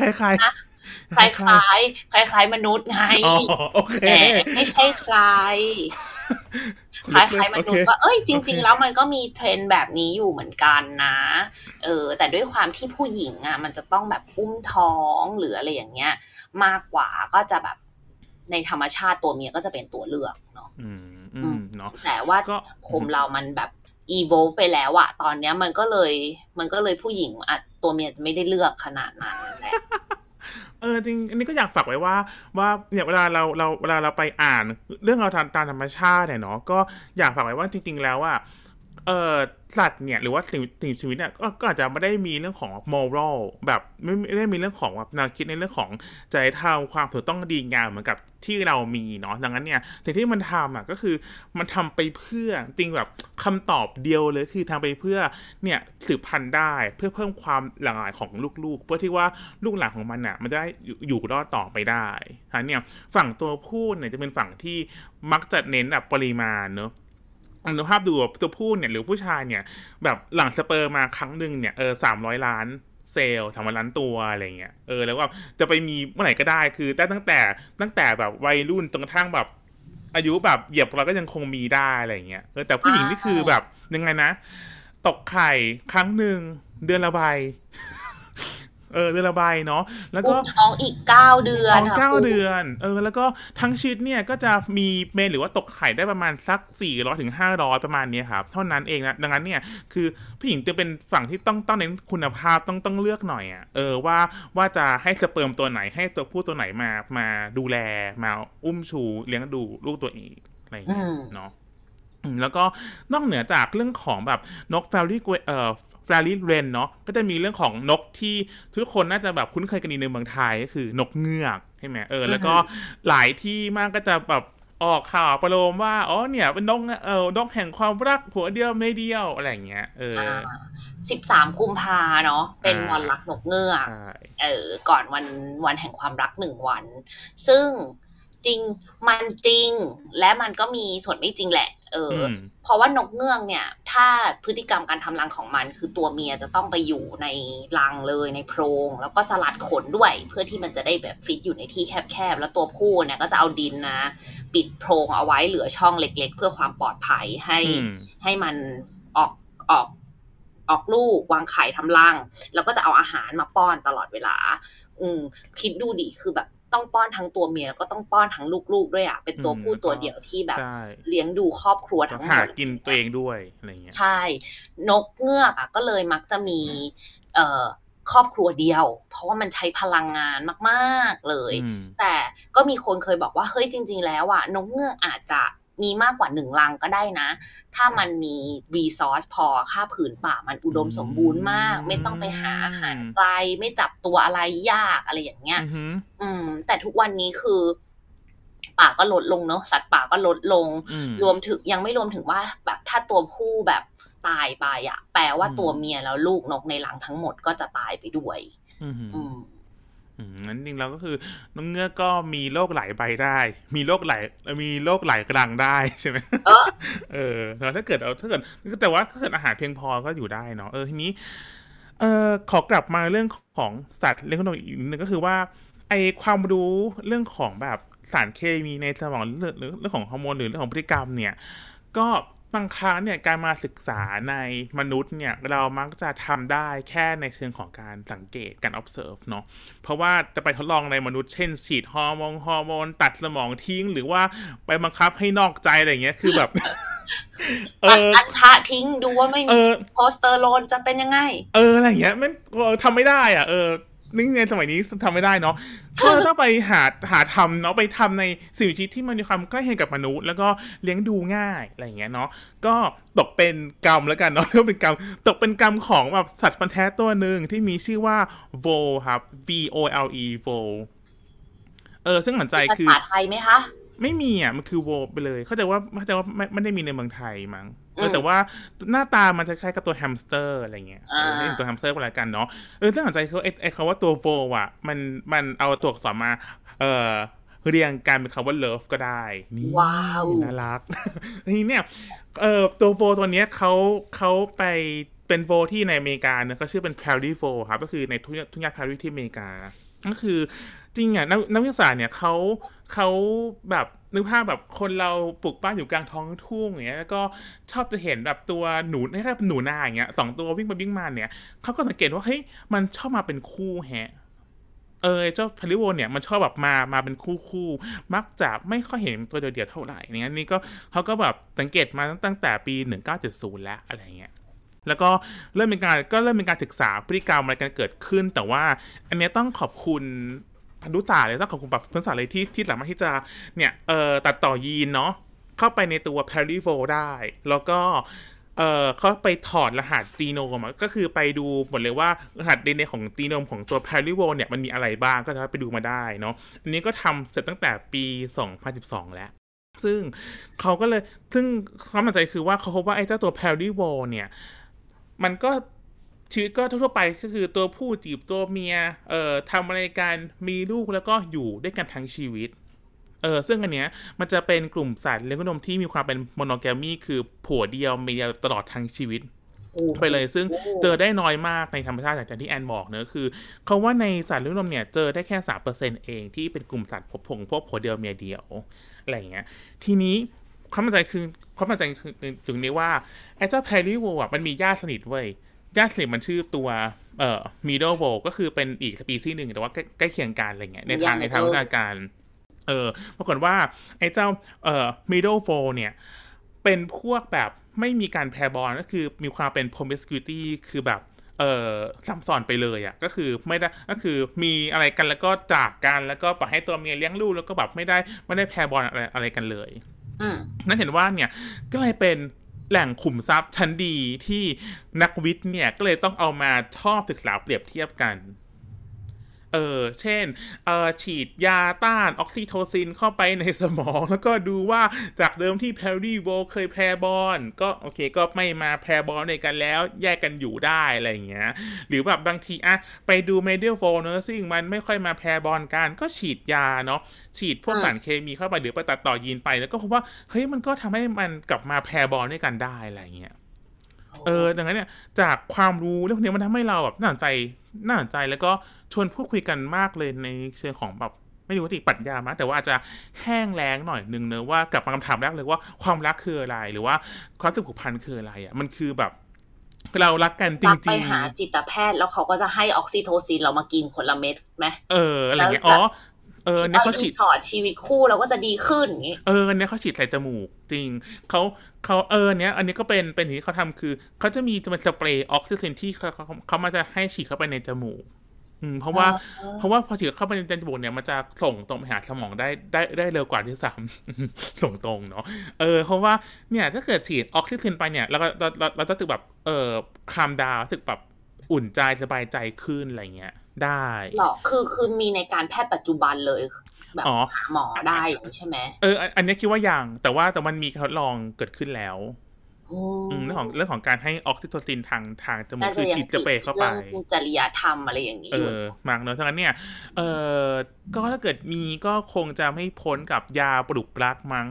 ล้ายมนุษย์ไงแต่ไม่ใช่ใครคล้ายมนุษย์ว่าจริงๆแล้วมันก็มีเทรนด์แบบนี้อยู่เหมือนกันนะแต่ด้วยความที่ผู้หญิงอ่ะมันจะต้องแบบอุ้มท้องหรืออะไรอย่างเงี้ยมากกว่าก็จะแบบในธรรมชาติตัวเมียก็จะเป็นตัวเลือกเนาะเนาะแต่ว่าคมเรามันแบบevolve ไปแล้วอะตอนเนี้ยมันก็เลยผู้หญิงอะตัวเมียจะไม่ได้เลือกขนาดนั้นแหละจริงอันนี้ก็อยากฝากไว้ว่าเนี่ยเวลาเราไปอ่านเรื่องเราตามธรรมชาติเนี่ยเนาะก็อยากฝากไว้ว่าจริงๆแล้วว่าสัตว์เนี่ยหรือว่าสิ่งชีวิตเนี่ยก็อาจจะไม่ได้มีเรื่องของ moral แบบไม่ได้มีเรื่องของแบบแนวคิดในเรื่องของจริยธรรมความถูกต้องดีงามเหมือนกับที่เรามีเนาะดังนั้นเนี่ยสิ่งที่มันทำอ่ะก็คือมันทำไปเพื่อจริงแบบคำตอบเดียวเลยคือทำไปเพื่อเนี่ยสืบพันธุ์ได้เพื่อเพิ่มความหลากหลายของลูกๆเพื่อที่ว่าลูกหลานของมันอ่ะมันจะได้อยู่รอดต่อไปได้เนี่ยฝั่งตัวผู้เนี่ยจะเป็นฝั่งที่มักจะเน้นแบบปริมาณเนาะดูภาพดูตัวผู้เนี่ยหรือผู้ชายเนี่ยแบบหลังสเปิร์มมาครั้งหนึ่งเนี่ย300 ล้านเซลล์300 ล้านตัวอะไรเงี้ยแล้วก็จะไปมีเมื่อไหร่ก็ได้คือได้ตั้งแต่แบบวัยรุ่นจนกระทั่งแบบอายุแบบเหยียบเราก็ยังคงมีได้อะไรเงี้ยแต่ผู้หญิงนี่คือแบบยังไงนะตกไข่ครั้งหนึ่งเดือนละใบเดือนละใบเนาะแล้วก็ท้องอีก9 เดือนท้อง9 เดือนแล้วก็ทั้งชีวิตเนี่ยก็จะมีเมนหรือว่าตกไข่ได้ประมาณสัก400 ถึง 500ประมาณนี้ครับเท่านั้นเองนะดังนั้นเนี่ยคือผู้หญิงจะเป็นฝั่งที่ต้องเน้นคุณภาพต้องเลือกหน่อยว่าจะให้สเปิร์มตัวไหนให้ตัวผู้ตัวไหนมาดูแลมาอุ้มชูเลี้ยงดูลูกตัวเองอะไรอย่างเงี้ยเนาะแล้วก็นอกเหนือจากเรื่องของแบบนกแฟรี่ฟลาริเรนเนาะก็จะมีเรื่องของนกที่ทุกคนน่าจะแบบคุ้นเคยกันในเมืองไทยก็คือนกเงือกใช่ไหมแล้วก็หลายที่มากก็จะแบบออกข่าวประโลมว่าเนี่ยเป็นนกแห่งความรักผัวเดียวไม่เดียวอะไรอย่างเงี้ย 13 กุมภาเนาะเป็นวันรักนกเงือกก่อนวันแห่งความรัก1 วันซึ่งจริงมันจริงและมันก็มีส่วนไม่จริงแหละมเพราะว่านกเงือกเนี่ยถ้าพฤติกรรมการทำรังของมันคือตัวเมียจะต้องไปอยู่ในรังเลยในโพรงแล้วก็สลัดขนด้วยเพื่อที่มันจะได้แบบฟิตอยู่ในที่แคบๆแล้วตัวผู้เนี่ยก็จะเอาดินนะปิดโพรงเอาไว้เหลือช่องเล็กๆเพื่อความปลอดภัยให้มันออกลูกวางไข่ทำรังแล้วก็จะเอาอาหารมาป้อนตลอดเวลาคิดดูดิคือแบบต้องป้อนทั้งตัวเมียแล้วก็ต้องป้อนทั้งลูกๆด้วยอ่ะเป็นตัวผู้ตัวเดียวที่แบบเลี้ยงดูครอบครัวทั้งหมดหากินตัวเองด้วยอะไรเงี้ยใช่นกเงือกอ่ะก็เลยมักจะมีครอบครัวเดียวเพราะว่ามันใช้พลังงานมากๆเลยแต่ก็มีคนเคยบอกว่าเฮ้ยจริงๆแล้วอ่ะนกเงือกอาจจะมีมากกว่า1รังก็ได้นะถ้ามันมีรีซอสพอค่าผืนป่ามันอุดมสมบูรณ์มากไม่ต้องไปหาอาหารไกลไม่จับตัวอะไรยากอะไรอย่างเงี้ยแต่ทุกวันนี้คือป่าก็ลดลงเนาะสัตว์ป่าก็ลดลงรวมถึงยังไม่รวมถึงว่าแบบถ้าตัวผู้แบบตายไปอ่ะแปลว่าตัวเมียแล้วลูกนกในหลังทั้งหมดก็จะตายไปด้วยงั้นจริงแล้วก็คือนกเงือกก็มีโรคหลายใบได้มีโรคหลายกรังได้ใช่ไหมแล้วถ้าเกิดแต่ว่าถ้าเกิดอาหารเพียงพอก็อยู่ได้เนาะทีนี้ขอกลับมาเรื่องของสัตว์เลี้ยงนกอีกนึงก็คือว่าไอความรู้เรื่องของแบบสารเคมีในสมองหรือเรื่องของฮอร์โมนหรือเรื่องของพฤติกรรมเนี่ยก็บางครั้งเนี่ยการมาศึกษาในมนุษย์เนี่ยเรามักจะทำได้แค่ในเชิงของการสังเกตการ observe เนาะเพราะว่าจะไปทดลองในมนุษย์เช่นฉีดฮอร์โมนตัดสมองทิ้งหรือว่าไปบังคับให้นอกใจอะไรเงี้ยคือแบบตัดอันทะทิ้งดูว่าไม่มีโคสเตอโรนจะเป็นยังไงอะไรเงี้ยมันทำไม่ได้อ่ะนี่ในสมัยนี้ทำไม่ได้เนาะก็ต้องไปหาทำเนาะไปทำในสิ่งมีชีวิตที่มันมีความใกล้เคียงกับมนุษย์แล้วก็เลี้ยงดูง่ายอะไรอย่างเงี้ยเนาะก็ตกเป็นกรรมแล้วกันเนาะเรียกเป็นกรรมตกเป็นกรรมของแบบสัตว์ฟันแท้ตัวหนึ่งที่มีชื่อว่าโวครับ VOLE โวซึ่งหันใจคือภาษาไทยไหมคะไม่มีอ่ะมันคือโวไปเลยเข้าใจว่าไม่ได้มีในเมืองไทยมั้งแต่ว่าหน้าตามันจะคล้ายกับตัวแฮมสเตอร์อะไรเงี้ยตัวแฮมสเตอร์อะไรกันเนาะซึ่งสนใจคือไอ้คำว่าตัวโวอ่ะมันเอาตัวอักษรมาเรียงกันเป็นคำว่า love ก็ได้นี่ว้าวน่ารักทีนี้เนี่ยตัวโวตัวเนี้ยเขาไปเป็นโวที่ในอเมริกาเนี่ยเขาชื่อเป็น prairie vole ครับก็คือในทุ่งหญ้า prairie ที่อเมริกาก็คือจริงอ่ะนักวิทยาศาสตร์เนี่ยเขาแบบนึกภาพแบบคนเราปลูกบ้านอยู่กลางท้องทุ่งอย่างเงี้ยแล้วก็ชอบจะเห็นแบบตัวหนูคล้ายๆหนูนาอย่างเงี้ย2ตัววิ่งไปวิ่งมาเนี่ยเขาก็สังเกตว่าเฮ้ยมันชอบมาเป็นคู่แฮะเจ้าพาริโวเนี่ยมันชอบแบบมาเป็นคู่มักจะไม่ค่อยเห็นตัวเดียวๆเท่าไหร่อย่างนี้ก็เขาก็แบบสังเกตมาตั้งแต่ปี1970แล้วอะไรเงี้ยแล้วก็เริ่มเป็นการศึกษาพฤติกรรมอะไรกันเกิดขึ้นแต่ว่าอันนี้ต้องขอบคุณพันธุศาสตร์เลยต้องขอบคุณแบบพันธุศาสตร์เลยที่สามารถที่จะเนี่ยตัดต่อยีนเนาะเข้าไปในตัว Parivole ได้แล้วก็เขาไปถอดรหัสจีโนมก็คือไปดูหมดเลยว่ารหัส DNA ของจีโนมของตัว Parivole เนี่ยมันมีอะไรบ้างก็จะไปดูมาได้เนาะอันนี้ก็ทำเสร็จตั้งแต่ปี2012แล้วซึ่งเขาก็เลยซึ่งความมั่นใจคือว่าเขาพบว่าไอ้เจ้าตัว Parivole เนี่ยมันก็ชีวิตก็ทั่วไปก็คือตัวผู้จีบตัวเมียทำอะไรกันมีลูกแล้วก็อยู่ด้วยกันทั้งชีวิตซึ่งอันเนี้ยมันจะเป็นกลุ่มสัตว์เลี้ยงนมที่มีความเป็นโมโนแกมีคือผัวเดียวเมียตลอดทั้งชีวิตไปเลยซึ่งเจอได้น้อยมากในธรรมชาติอย่างที่แอนบอกเนอะคือเขาว่าในสัตว์เลี้ยงนมเนี่ยเจอได้แค่ 3% เองที่เป็นกลุ่มสัตว์พวกผัวเดียวเมียเดียวอะไรอย่างเงี้ยทีนี้ความมั่นใจถึงนี้ว่าไอ้เจ้าแพริโวอ่ะมันมีญาติสนิทเว้ยญาติสนิทมันชื่อตัวmiddle vole ก็คือเป็นอีกสปีชีส์หนึ่งแต่ว่าใกล้เคียงกันอะไรเงี้ยในทางวิชาการปรากฏว่าไอ้เจ้าmiddle vole เนี่ยเป็นพวกแบบไม่มีการแพร์บอลก็คือมีความเป็น promiscuity คือแบบซ้ำซ้อนไปเลยอ่ะก็คือไม่ได้ก็คือมีอะไรกันแล้วก็จากกันแล้วก็ปล่อยให้ตัวเมียเลี้ยงลูกแล้วก็แบบไม่ได้แพร์บอลอะไรกันเลยนั่นเห็นว่าเนี่ยก็เลยเป็นแหล่งขุมทรัพย์ชั้นดีที่นักวิทย์เนี่ยก็เลยต้องเอามาชอบศึกษาเปรียบเทียบกันเช่นฉีดยาต้านออกซิโทซินเข้าไปในสมองแล้วก็ดูว่าจากเดิมที่แพรรี่โวเคยแพรบอลก็โอเคก็ไม่มาแพรบอลในกันแล้วแยกกันอยู่ได้อะไรอย่างเงี้ยหรือแบบบางทีไปดูเมดิลโฟเนอร์ซิ่งมันไม่ค่อยมาแพรบอลกันก็ฉีดยาเนาะฉีดพวกสารเคมีเข้าไปหรือไปตัดต่อยีนไปแล้วก็พบว่าเฮ้ยมันก็ทำให้มันกลับมาแพรบอลด้วยกันได้อะไรอย่างเงี้ยดังนั้นเนี่ยจากความรู้เรื่องนี้มันทำให้เราแบบน่าสนใจแล้วก็ชวนพูดคุยกันมากเลยในเชิงของแบบไม่รู้ว่าติปรัชญามั้ยแต่ว่าอาจจะแห้งแล้งหน่อยนึงเนอะว่ากลับมาคำถามแรกเลยว่าความรักคืออะไรหรือว่าความรู้สึกผูกพันคืออะไรมันคือแบบเรารักกันจริงๆไปหาจิตแพทย์แล้วเขาก็จะให้ออกซิโทซินเรามากินคนละเม็ดไหมอะไรเงี้ยเนี่ยเขาฉีดชีวิตคู่เราก็จะดีขึ้นอย่างงี้เนี่ยเขาฉีดใส่จมูกจริงเขาเนี่ยอันนี้ก็เป็นสิ่งที่เขาทำคือเขาจะมีเป็นสเปรย์ออกซิเจนที่เขามาจะให้ฉีดเข้าไปในจมูกเพราะว่าพอฉีดเข้าไปในจมูกเนี่ยมันจะส่งตรงไปหาสมองได้เร็วกว่าที่ส่งตรงเนาะเพราะว่าเนี่ยถ้าเกิดฉีดออกซิเจนไปเนี่ยเราจะรู้สึกแบบคลามดาวรู้สึกแบบอุ่นใจสบายใจขึ้นอะไรเงี้ยได้หรอคือมีในการแพทย์ปัจจุบันเลยแบบหมอได้อย่างนี้ใช่ไหมอันนี้คิดว่ายังแต่มันมีทดลองเกิดขึ้นแล้วเรื่องของการให้ออกซิโทซินทางจมูกคือฉีดสเปรย์เข้าไปจริยธรรมอะไรอย่างนี้มากเนอะทั้งนั้นเนี่ยก็ถ้าเกิดมีก็คงจะไม่พ้นกับยาปลุกรักมั้ง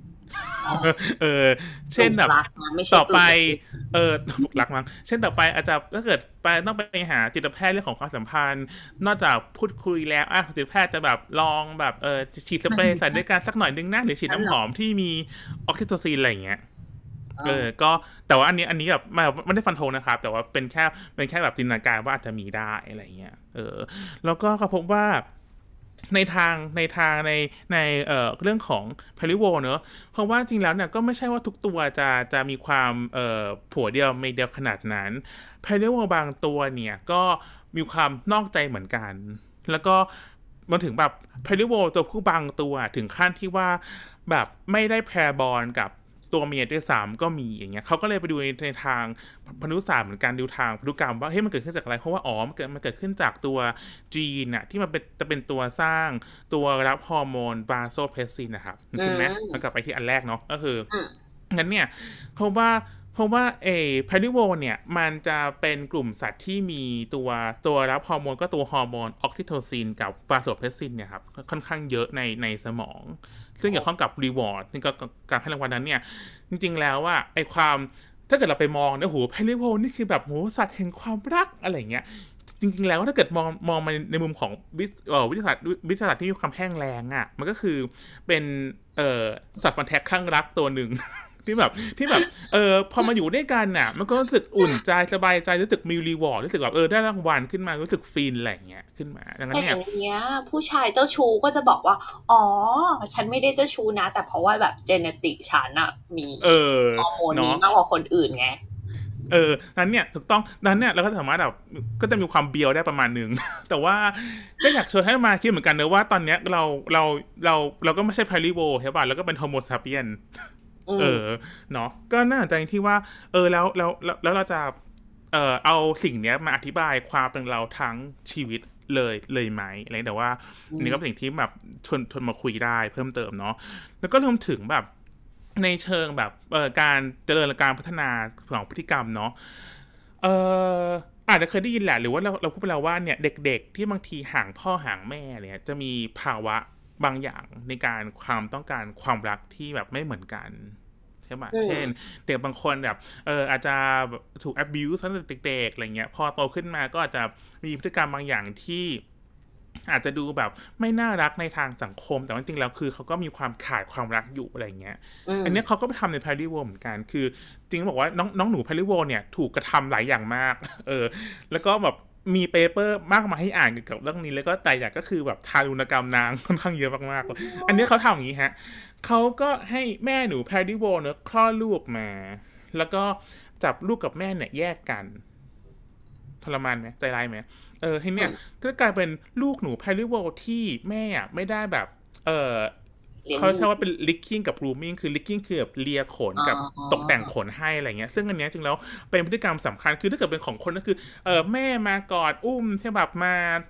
เช่นแบบต่อไปปลุกรักมั้งเช่นต่อไปอาจจะถ้าเกิดไปต้องไปหาจิตแพทย์เรื่องของความสัมพันธ์นอกจากพูดคุยแล้วจิตแพทย์จะแบบลองแบบฉีดสเปรย์ใส่ด้วยกันสักหน่อยนึงนะหรือฉีดน้ำหอมที่มีออกซิโทซินอะไรอย่างเงี้ยก็แต่ว่าอันนี้แบบไม่ได้ฟันธงนะครับแต่ว่าเป็นแค่แบบจินตนาการว่าอาจจะมีได้อะไรเงี้ยแล้วก็เขาพบว่าในทางในเรื่องของพาริโวเนอะเพราะว่าจริงแล้วเนี่ยก็ไม่ใช่ว่าทุกตัวจะมีความผัวเดียวไม่เดียวขนาดนั้นพาริโวบางตัวเนี่ยก็มีความนอกใจเหมือนกันแล้วก็มาถึงแบบพาริโวตัวผู้บางตัวถึงขั้นที่ว่าแบบไม่ได้แพร์บอลกับตัวเมียด้วยซ้ำก็มีอย่างเงี้ยเขาก็เลยไปดูในทางพันธุศาสตร์เหมือนกันดูทางพันธุกรรมว่าเฮ้ยมันเกิดขึ้นจากอะไรเพราะว่ามันเกิดขึ้นจากตัวจีนน่ะที่มันจะเป็นตัวสร้างตัวรับฮอร์โมนวาโซเพรสซินนะครับเห็นไหมมันกลับไปที่อันแรกเนาะก็คืองั้นเนี่ยเพราะว่าพาริโวเนี่ยมันจะเป็นกลุ่มสัตว์ที่มีตัวรับฮอร์โมนก็ตัวฮอร์โมนออกซิโทซินกับวาโซเพรสซินเนี่ยครับค่อนข้างเยอะในสมองซึ่งเกี่ยวข้องกับรีวอร์ดนี่ก็การให้รางวัลนั้นเนี่ยจริงๆแล้วว่าไอความถ้าเกิดเราไปมองเนี่ยโหพาริโวนี่คือแบบโหสัตว์แห่งความรักอะไรเงี้ยจริงๆแล้วถ้าเกิดมองมาในมุมของวิทยาศาสตร์ที่มีความแห้งแล้งอ่ะมันก็คือเป็นสัตว์ฟันแทกข้างรักตัวหนึ่งที่แบบพอมาอยู่ด้วยกันน่ะมันก็รู้สึกอุ่นใจสบายใจรู้สึกมีรีวอร์ดรู้สึกแบบได้รางวัลขึ้นมารู้สึกฟินอะไรอย่างเงี้ยขึ้นมาดังนั้นเนี่ยอย่างเงี้ยผู้ชายเจ้าชู้ก็จะบอกว่าฉันไม่ได้เจ้าชู้นะแต่เพราะว่าแบบเจเนติกฉันอะมีฮอร์โมนนี้มากกว่าคนอื่นไงนั้นเนี่ยถูกต้องนั้นเนี่ยเราก็สามารถแบบก็จะมีความเบียวได้ประมาณนึง แต่ว่าก็อยากชวนให้มาคิดเหมือนกันเนอะว่าตอนเนี้ยเราก็ไม่ใช่พาริโวใช่ป่ะแล้วก็เป็นโฮโมซาเปียนเนาะก็น่าสนใจที่ว่าแล้วเราจะเอาสิ่งเนี้ยมาอธิบายความเป็นเราทั้งชีวิตเลยไหมอะไรแต่ว่าอันนี้ก็เป็นสิ่งที่แบบชวนมาคุยได้เพิ่มเติมเนาะแล้วก็รวมถึงแบบในเชิงแบบการเจริญการพัฒนาของพฤติกรรมเนาะอาจจะเคยได้ยินแหละหรือว่าเราพูดไปแล้วว่าเนี่ยเด็กๆที่บางทีห่างพ่อห่างแม่เนี่ยจะมีภาวะบางอย่างในการความต้องการความรักที่แบบไม่เหมือนกันใช่ไหมเช่นเด็กบางคนแบบอาจจะถูก abuse ตั้งแต่เด็กๆอะไรเงี้ยพอโตขึ้นมาก็อาจจะมีพฤติกรรมบางอย่างที่อาจจะดูแบบไม่น่ารักในทางสังคมแต่จริงๆแล้วคือเขาก็มีความขาดความรักอยู่อะไรเงี้ยอันนี้เขาก็ไปทำในพาริโวเหมือนกันคือจริงบอกว่าน้องหนูพาริโวเนี่ยถูกกระทำหลายอย่างมากแล้วก็แบบมีเปเปอร์มากมายให้อ่านเกี่ยวกับเรื่องนี้แล้วก็แต่อย่างก็คือแบบทารุณกรรมนางค่อนข้างเยอะมากๆอันนี้เขาทำอย่างนี้ฮะเขาก็ให้แม่หนูพาริโวเนี่ยคลอดลูกมาแล้วก็จับลูกกับแม่เนี่ยแยกกันทรมานไหมใจร้ายไหมทีเนี้ยก็กลายเป็นลูกหนูพาริโวที่แม่ไม่ได้แบบเขาใช้ว่าเป็นลิกกิ้งกับรูมมิ่งคือลิกกิ้งคือแบบเลียขนกับตกแต่งขนให้อะไรเงี้ยซึ่งอันเนี้ยจริงแล้วเป็นพฤติกรรมสำคัญคือถ้าเกิดเป็นของคนก็คือแม่มากอดอุ้มที่แบบมา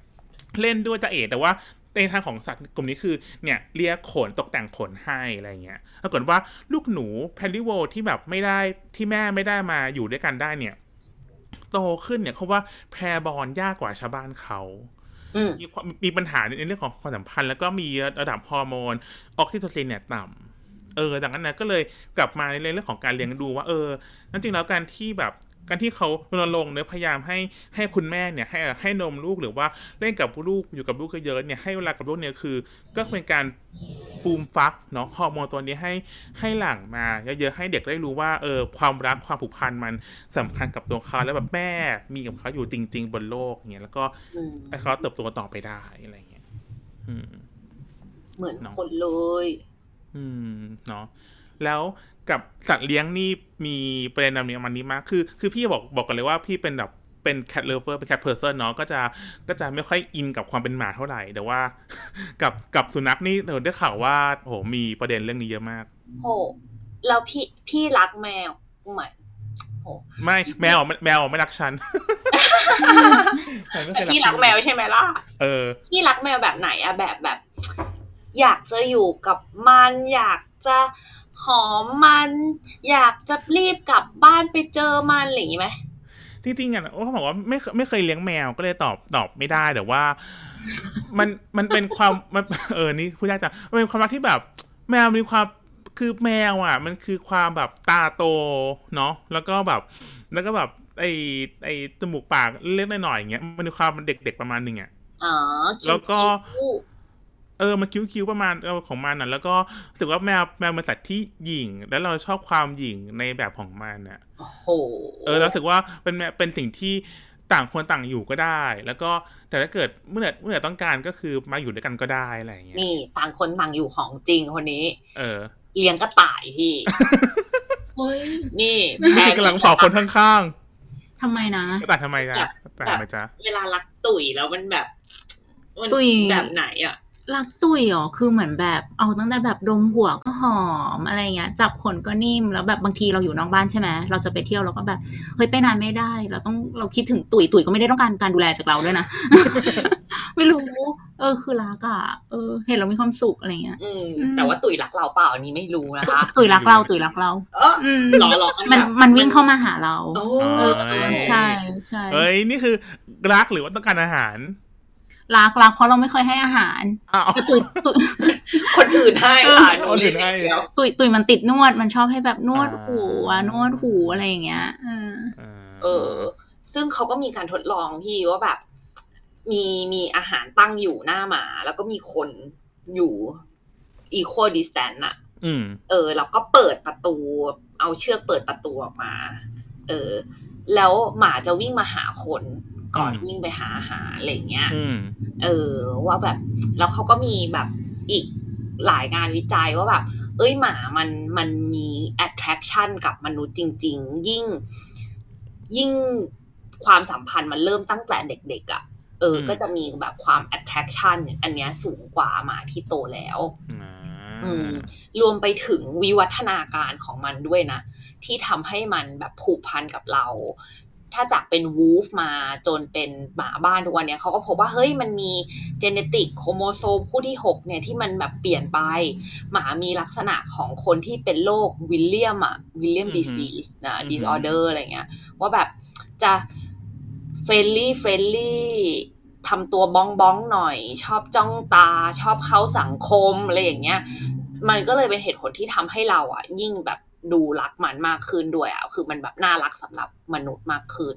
เล่นด้วยจะเอ๋แต่ว่าในทางของสัตว์กลุ่มนี้คือเนี่ยเลียขนตกแต่งขนให้อะไรเงี้ยปรากฏว่าลูกหนูแพริโวที่แบบไม่ได้ที่แม่ไม่ได้มาอยู่ด้วยกันได้เนี่ยโตขึ้นเนี่ยเขาว่าแพรบอลยากกว่าชาวบ้านเขามีปัญหาในเรื่องของความสัมพันธ์แล้วก็มีระดับฮอร์โมนออกซิโทซินเนี่ยต่ำดังนั้นนะก็เลยกลับมาในเรื่องของการเลี้ยงดูว่านั่นจริงแล้วการที่เขารณรงค์เนี่ยพยายามให้คุณแม่เนี่ยให้นมลูกหรือว่าเล่นกับลูกอยู่กับลูกเยอะๆเนี่ยให้เวลากับลูกเนี่ยคือก็เป็นการฟูมฟักเนาะฮอร์โมนตัวนี้ให้หลั่งมาเยอะๆให้เด็กได้รู้ว่าความรักความผูกพันมันสำคัญกับตัวเขาแล้วแบบแม่มีกับเขาอยู่จริงๆบนโลกอย่างเงี้ยแล้วก็ให้เขาเติบโตต่อไปได้อะไรเงี้ยเหมือนคนเลยเนาะแล้วกับสัตว์เลี้ยงนี่มีประเด็นมันนี้มากคือพี่บอกกันเลยว่าพี่เป็นแบบเป็น cat lover เป็น cat person เนาะก็จะไม่ค่อยอินกับความเป็นหมาเท่าไหร่แต่ว่ากับสุนัขนี่ได้ข่าวว่าโหมีประเด็นเรื่องนี้เยอะมากโหแล้วพี่รักแมวไหมไม่แมวไม่รักฉันแต่พี่รักแมวใช่ไหมล่ะพี่รักแมวแบบไหนอะแบบอยากจะอยู่กับมันอยากจะหอมมันอยากจะรีบกลับบ้านไปเจอมันอะไรอย่างงี้ไหมจริงๆอ่ะเขาบอกว่าไม่เคยเลี้ยงแมวก็เลยตอบไม่ได้แต่ว่ามันเป็นความมันนี่พูดได้จ้ะมันเป็นความรักที่แบบแมวมีความคือแมวอ่ะมันคือความแบบตาโตเนาะแล้วก็แบบไอ้จมูกปากเล็กหน่อยอย่างเงี้ยมันมีความเด็กๆประมาณนึงอ่ะแล้วก็มันคิ้วๆประมาณของมันน่ะแล้วก็รู้สึกว่าแมวเป็นสัตว์ที่หยิ่งแล้วเราชอบความหยิ่งในแบบของมันน่ะโอ้โหรู้สึกว่าเป็นสิ่งที่ต่างคนต่างอยู่ก็ได้แล้วก็แต่ถ้าเกิดเมื่อต้องการก็คือมาอยู่ด้วยกันก็ได้อะไรอย่างเงี้ยนี่ต่างคนต่างอยู่ของจริงคนนี้เลี้ยงกระต่ายพี่เฮ้ยนี่กำลังเผาคนข้างๆทำไมนะกระต่ายทำไมจ๊ะเวลารักตุ๋ยแล้วมันแบบตุ๋ยแบบไหนอ่ะรักตุ๋ยคือเหมือนแบบเอาตั้งแต่แบบดมหัวก็หอมอะไรเงี้ยจับขนก็นิ่มแล้วแบบบางทีเราอยู่นอกบ้านใช่ไหมเราจะไปเที่ยวเราก็แบบเฮ้ยไปนานไม่ได้เราคิดถึงตุ๋ยก็ไม่ได้ต้องการดูแลจากเราด้วยนะ ไม่รู้คือรักอ่ะเห็นเรามีความสุขอะไรเงี้ยแต่ว่าตุ๋ยรักเราเปล่าอันนี้ไม่รู้นะคะตุ๋ยรักเราหรอมันวิ่งเข้ามาหาเราใช่นี่คือรักหรือว่าต้องการอาหารรักเพราะเราไม่เคยให้อาหารตุ๋ยคนอื่นให้คนอื่นให้ตุ๋ยมันติดนวดมันชอบให้แบบนวดหูอะไรอย่างเงี้ยซึ่งเขาก็มีการทดลองพี่ว่าแบบมีอาหารตั้งอยู่หน้าหมาแล้วก็มีคนอยู่ equal distance น่ะแล้วก็เปิดประตูเอาเชือกเปิดประตูออกมาแล้วหมาจะวิ่งมาหาคนก่อนวิ่งไปหาอาหารอะไรเงี้ยว่าแบบแล้วเขาก็มีแบบอีกหลายงานวิจัยว่าแบบหมามันมี attraction กับมนุษย์จริงๆยิ่งความสัมพันธ์มันเริ่มตั้งแต่เด็กๆอ่ะก็จะมีแบบความ attraction อันเนี้ยสูงกว่าหมาที่โตแล้วรวมไปถึงวิวัฒนาการของมันด้วยนะที่ทำให้มันแบบผูกพันกับเราถ้าจากเป็นวูฟมาจนเป็นหมาบ้านทุกวันเนี้ยเขาก็พบว่าเฮ้ยมันมีเจเนติกโครโมโซมคู่ที่6เนี่ยที่มันแบบเปลี่ยนไปหมามีลักษณะของคนที่เป็นโรควิลเลียมดิซีสนะดิสออเดอร์อะไรเงี้ยว่าแบบจะเฟรนลี่ทำตัวบ้องหน่อยชอบจ้องตาชอบเข้าสังคมอะไรอย่างเงี้ยมันก็เลยเป็นเหตุผลที่ทำให้เราอ่ะยิ่งแบบดูรักมันมากขึ้นด้วยอ่ะคือมันแบบน่ารักสำหรับมนุษย์มากขึ้น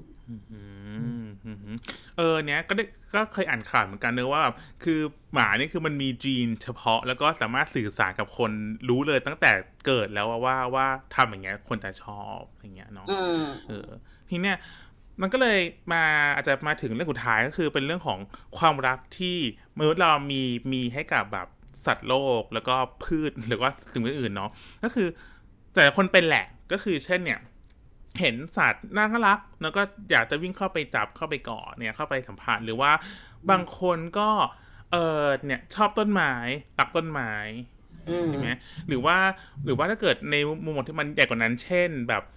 เนี้ยก็เคยอ่านข่าวเหมือนกันเนอะว่าคือหมานี่คือมันมีจีนเฉพาะแล้วก็สามารถสื่อสารกับคนรู้เลยตั้งแต่เกิดแล้วว่าทำอย่างเงี้ยคนจะชอบอย่างเงี้ยเนาะทีเนี้ยมันก็เลยอาจจะมาถึงเรื่องสุดท้ายก็คือเป็นเรื่องของความรักที่มนุษย์เรามีให้กับแบบสัตว์โลกแล้วก็พืชหรือว่าสิ่งอื่นๆเนาะก็คือแต่คนเป็นแหละก็คือเช่นเนี่ยเห็นสัตว์น่ารักแล้วก็อยากจะวิ่งเข้าไปจับเข้าไปกอดเนี่ยเข้าไปสัมผัสหรือว่าบางคนก็เนี่ยชอบต้นไม้รักต้นไม้ใช่ไหมหรือว่าถ้าเกิดในมุมมองที่มันใหญ่กว่านั้นเช่นแบบ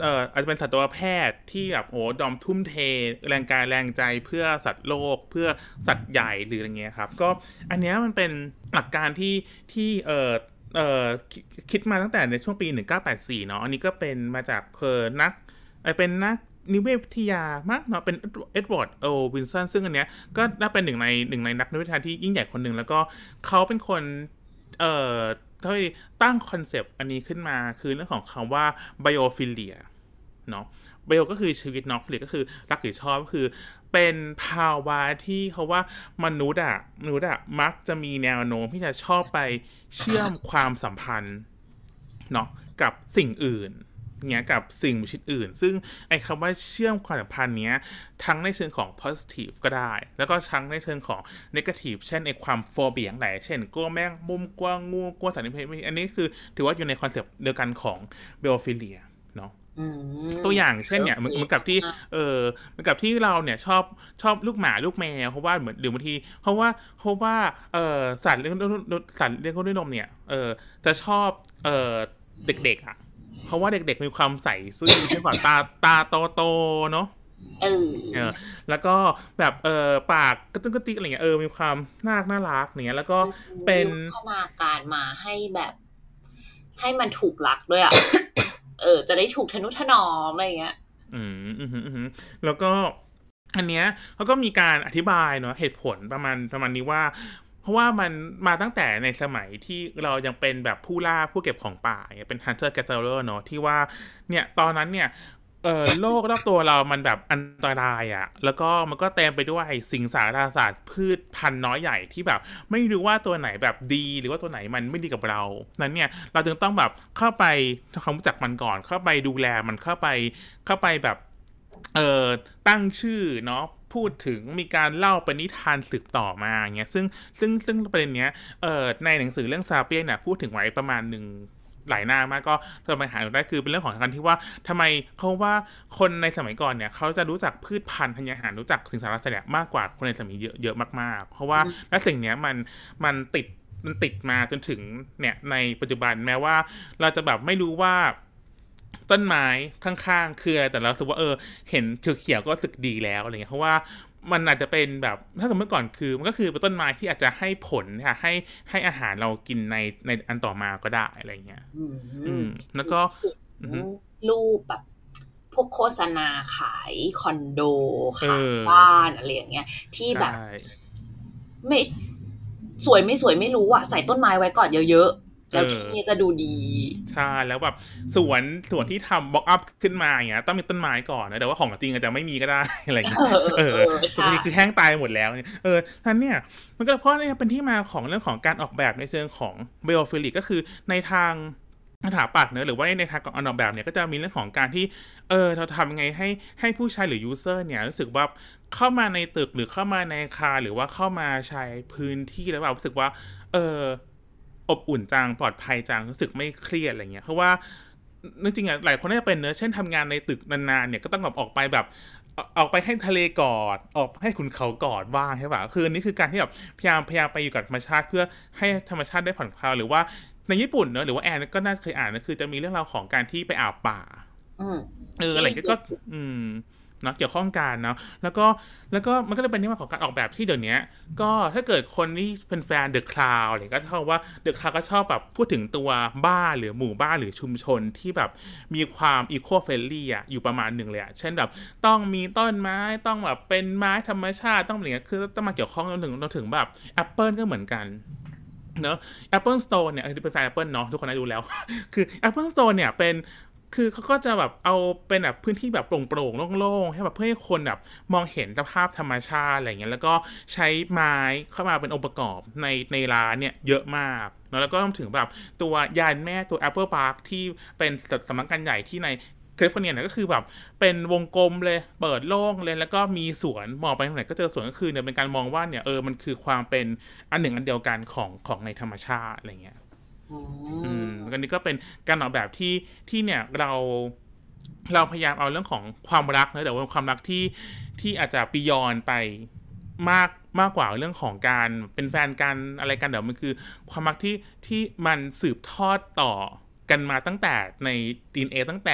อาจจะเป็นสัตวแพทย์ที่แบบโอ้ดอมทุ่มเทแรงกายแรงใจเพื่อสัตว์โลกเพื่อสัตว์ใหญ่หรืออะไรเงี้ยครับก็อันเนี้ยมันเป็นหลักการที่คิดมาตั้งแต่ในช่วงปี1984เนาะอันนี้ก็เป็นมาจากเป็นนักนิเวศวิทยามากเนาะเป็นเอ็ดเวิร์ดวินสันซึ่งอันเนี้ยก็น่าเป็นหนึ่งในนักนิเวศวิทยาที่ยิ่งใหญ่คนหนึ่งแล้วก็เขาเป็นคนที่ตั้งคอนเซปต์อันนี้ขึ้นมาคือเรื่องของคำว่าไบโอฟิเลียเนาะไบโอก็คือชีวิตเนาะฟิเลียก็คือรักหรือชอบก็คือเป็นภาวะที่เขาว่ามนุษย์มักจะมีแนวโน้มที่จะชอบไปเชื่อมความสัมพันธ์เนาะกับสิ่งอื่นเงี้ยกับสิ่งมีชีวิตอื่นซึ่งไอ้คำว่าเชื่อมความสัมพันธ์เนี้ยทั้งในเชิงของ positive ก็ได้แล้วก็ทั้งในเชิงของ negative เช่นไอ้ความโฟเบียอะไรเช่นกลัวแมงมุมกลัวงูกลัวสัตว์มีพิษอันนี้คือถือว่าอยู่ในคอนเซปต์เดียวกันของเบลฟิเลียเนาะตัวอย่างเช่นเนี่ยเหมือนกับที่เราเนี่ยชอบลูกหมาลูกแมวเพราะว่าเหมือนหรือบางทีเพราะว่าสัตว์เลี้ยงด้วยนมเนี่ยจะชอบเด็กๆอ่ะเพราะว่าเด็กๆมีความใสซื่อใช่ป่ะตาโตๆเนาะแล้วก็แบบปากกระตุ้นกระติกอะไรเงี้ยมีความน่ารักเนี้ยแล้วก็เป็นพัฒนาการมาให้แบบให้มันถูกลักด้วยอ่ะ จะได้ถูกทนุถนอมอะไรเงี้ยแล้วก็อันเนี้ยเขาก็มีการอธิบายเนาะเหตุผลประมาณนี้ว่าเพราะว่ามันมาตั้งแต่ในสมัยที่เรายังเป็นแบบผู้ล่าผู้เก็บของป่าเป็น hunter gatherer เนาะที่ว่าเนี่ยตอนนั้นเนี่ยโลกรอบตัวเรามันแบบอันตรายอ่ะแล้วก็มันก็เต็มไปด้วยสิงสารศาสตร์พืชพันธุ์น้อยใหญ่ที่แบบไม่รู้ว่าตัวไหนแบบดีหรือว่าตัวไหนมันไม่ดีกับเรานั้นเนี่ยเราจึงต้องแบบเข้าไปทำความรู้จักมันก่อนเข้าไปดูแลมันเข้าไปแบบตั้งชื่อเนาะพูดถึงมีการเล่าเป็นนิทานสืบต่อมาอย่างเงี้ยซึ่งประเด็นเนี้ยในหนังสือเรื่องซาเปียนเนี่ยพูดถึงไว้ประมาณนึงหลายหน้ามากก็เราไปหาดูได้คือเป็นเรื่องของการที่ว่าทำไมเขาว่าคนในสมัยก่อนเนี่ยเขาจะรู้จักพืชพันธุ์ธัญญาหารรู้จักสิงสารสัตว์มากกว่าคนในสมัยเยอะมากๆเพราะว่าและสิ่งเนี้ยมันติดมาจนถึงเนี่ยในปัจจุบันแม้ว่าเราจะแบบไม่รู้ว่าต้นไม้ข้างๆคืออะไรแต่เราสึกว่าเห็นเขียวๆก็รู้สึกดีแล้วอะไรเงี้ยเพราะว่ามันอาจจะเป็นแบบถ้าสมมติก่อนคือมันก็คือเป็นต้นไม้ที่อาจจะให้ผลค่ะให้อาหารเรากินในอันต่อมาก็ได้อะไรเงี้ยแล้วก็รูปแบบพวกโฆษณาขายคอนโดขายบ้านอะไรอย่างเงี้ยที่แบบไม่สวยไม่รู้อ่ะใส่ต้นไม้ไว้ก่อนเยอะๆแล้วที่นี่จะดูดีใช่แล้วแบบสวนที่ทำบล็อกอัพขึ้นมาอย่างเงี้ยต้องมีต้นไม้ก่อนนะแต่ว่าของจริงอาจจะไม่มีก็ได้อะไรเงี้ยบางทีคือแห้งตายหมดแล้วเนี่ยท่านเนี่ยมันก็เพราะนี่เป็นที่มาของเรื่องของการออกแบบในเชิงของไบโอฟิลิกก็คือในทางสถาปัตย์เนอะหรือว่าในทางการออกแบบเนี่ยก็จะมีเรื่องของการที่เราทำไงให้ผู้ใช้หรือยูเซอร์เนี่ยรู้สึกว่าเข้ามาในตึกหรือเข้ามาในอาคารหรือว่าเข้ามาใช้พื้นที่แล้วแบบรู้สึกว่าอบอุ่นจังปลอดภัยจังรู้สึกไม่เครียดอะไรเงี้ยเพราะว่าจริงๆอ่ะหลายคนน่าจะเป็นเนอะเช่นทำงานในตึกนานๆเนี่ยก็ต้องแบบออกไปให้ทะเลกอดออกให้ขุนเขากอดบ้างใช่ป่ะคือนี่คือการที่แบบพยายามไปอยู่กับธรรมชาติเพื่อให้ธรรมชาติได้ผ่อนคลายหรือว่าในญี่ปุ่นเนอะหรือว่าแอนก็น่าเคยอ่านนะคือจะมีเรื่องราวของการที่ไปอาบป่าอะไรก็เนาะเกี่ยวข้องกันเนาะแล้วก็มันก็เลยเป็นที่มาของการออกแบบที่เดี๋ยวนี้ก็ถ้าเกิดคนที่เป็นแฟนเดอะคลาวอะไรก็ชอบว่าเดอะคลาวก็ชอบแบบพูดถึงตัวบ้านหรือหมู่บ้านหรือชุมชนที่แบบมีความอีโคเฟรนลี่อ่ะอยู่ประมาณหนึ่งเลยอ่ะเช่นแบบต้องมีต้นไม้ต้องแบบเป็นไม้ธรรมชาติต้องอะไรเงี้ยคือต้องมาเกี่ยวข้องเราถึงแบบแอปเปิลก็เหมือนกันเนอะ Apple Store เนี่ยเป็นแฟน Apple เนาะทุกคนได้ดูแล้วคือ Apple Store เนี่ยเป็นคือเขาก็จะแบบเอาเป็นแบบพื้นที่แบบโปร่งๆโล่งๆให้แบบเพื่อให้คนแบบมองเห็นสภาพธรรมชาติอะไรเงี้ยแล้วก็ใช้ไม้เข้ามาเป็นองค์ประกอบในร้านเนี่ยเยอะมากแล้วก็ต้องถึงแบบตัวยานแม่ตัว Apple Park ที่เป็นสำนักงานใหญ่ที่ในแคลิฟอร์เนียเนี่ยก็คือแบบเป็นวงกลมเลยเปิดโล่งเลยแล้วก็มีสวนมองไปทางไหนก็เจอสวนก็คือเนี่ยเป็นการมองว่าเนี่ยมันคือความเป็นอันหนึ่งอันเดียวกันของในธรรมชาติอะไรเงี้ยอันนี้ก็เป็นการออกแบบที่เนี่ยเราพยายามเอาเรื่องของความรักนะแต่ว่าความรักที่อาจจะบียอนไปมากกว่าเรื่องของการเป็นแฟนกันอะไรกันเดี๋ยวมันคือความรักที่มันสืบทอดต่อกันมาตั้งแต่ใน DNA ตั้งแต่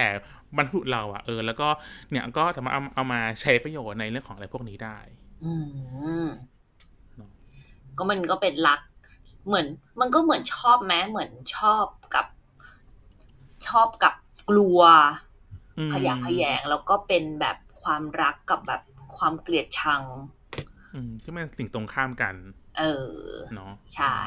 บรรพบุรุษเราแล้วก็เนี่ยก็สามารถเอามาใช้ประโยชน์ในเรื่องของอะไรพวกนี้ได้ก็มันก็เป็นรักเหมือนมันก็เหมือนชอบแม้เหมือนชอบกับกลัวขยะแขยงแล้วก็เป็นแบบความรักกับแบบความเกลียดชังที่มันสิ่งตรงข้ามกันเนาะใช่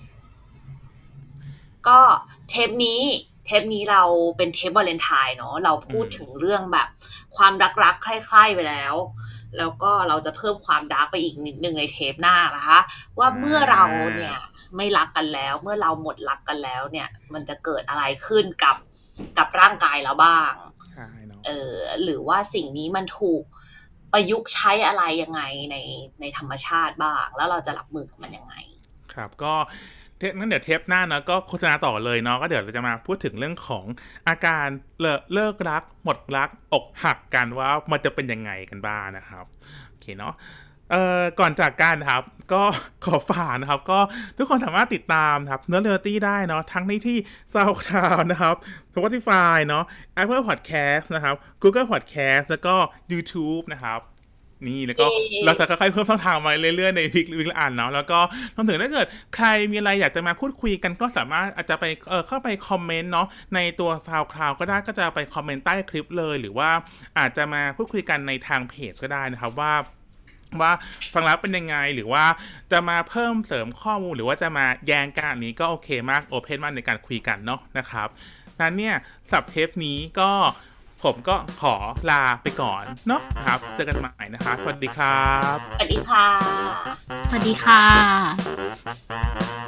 ก็เทปนี้เราเป็นเทปวาเลนไทน์เนาะเราพูดถึงเรื่องแบบความรักๆใคร่ๆไปแล้วก็เราจะเพิ่มความดาร์กไปอีกนิดนึงในเทปหน้านะคะว่าเมื่อเราเนี่ยไม่รักกันแล้วเมื่อเราหมดรักกันแล้วเนี่ยมันจะเกิดอะไรขึ้นกับร่างกายเราบ้างหรือว่าสิ่งนี้มันถูกประยุกต์ใช้อะไรยังไงในธรรมชาติบ้างแล้วเราจะรับมือกับมันยังไงครับก็งั้นเดี๋ยวเทปหน้านะก็โฆษณาต่อเลยเนาะก็เดี๋ยวเราจะมาพูดถึงเรื่องของอาการเลิกรักหมดรักอกหักกันว่ามันจะเป็นยังไงกันบ้างนะครับโอเคเนาะก่อนจากกันครับก็ขอฝากนะครับก็ทุกคนสามารถติดตามครับเนื้อเรียลตี้ได้เนาะทั้งที่ SoundCloud นะครับ Spotify เนาะ Apple Podcast นะครับ Google Podcast แล้วก็ YouTube นะครับนี่แล้วก็เราจะค่อยๆเพิ่มช่องทางมาเรื่อยๆในวิกละอันเนาะแล้วก็รวมถึงถ้าเกิดใครมีอะไรอยากจะมาพูดคุยกันก็สามารถอาจจะไปเข้าไปคอมเมนต์เนาะในตัว SoundCloud ก็ได้ก็จะไปคอมเมนต์ใต้คลิปเลยหรือว่าอาจจะมาพูดคุยกันในทางเพจก็ได้นะครับว่าฟังแล้วเป็นยังไงหรือว่าจะมาเพิ่มเสริมข้อมูลหรือว่าจะมาแย้งกันนี้ก็โอเคมากโอเพนมากในการคุยกันเนาะนะครับนั้นเนี่ยสำหรับเทปนี้ก็ผมก็ขอลาไปก่อนเนาะครับเจอกันใหม่นะคะสวัสดีครับสวัสดีค่ะสวัสดีค่ะ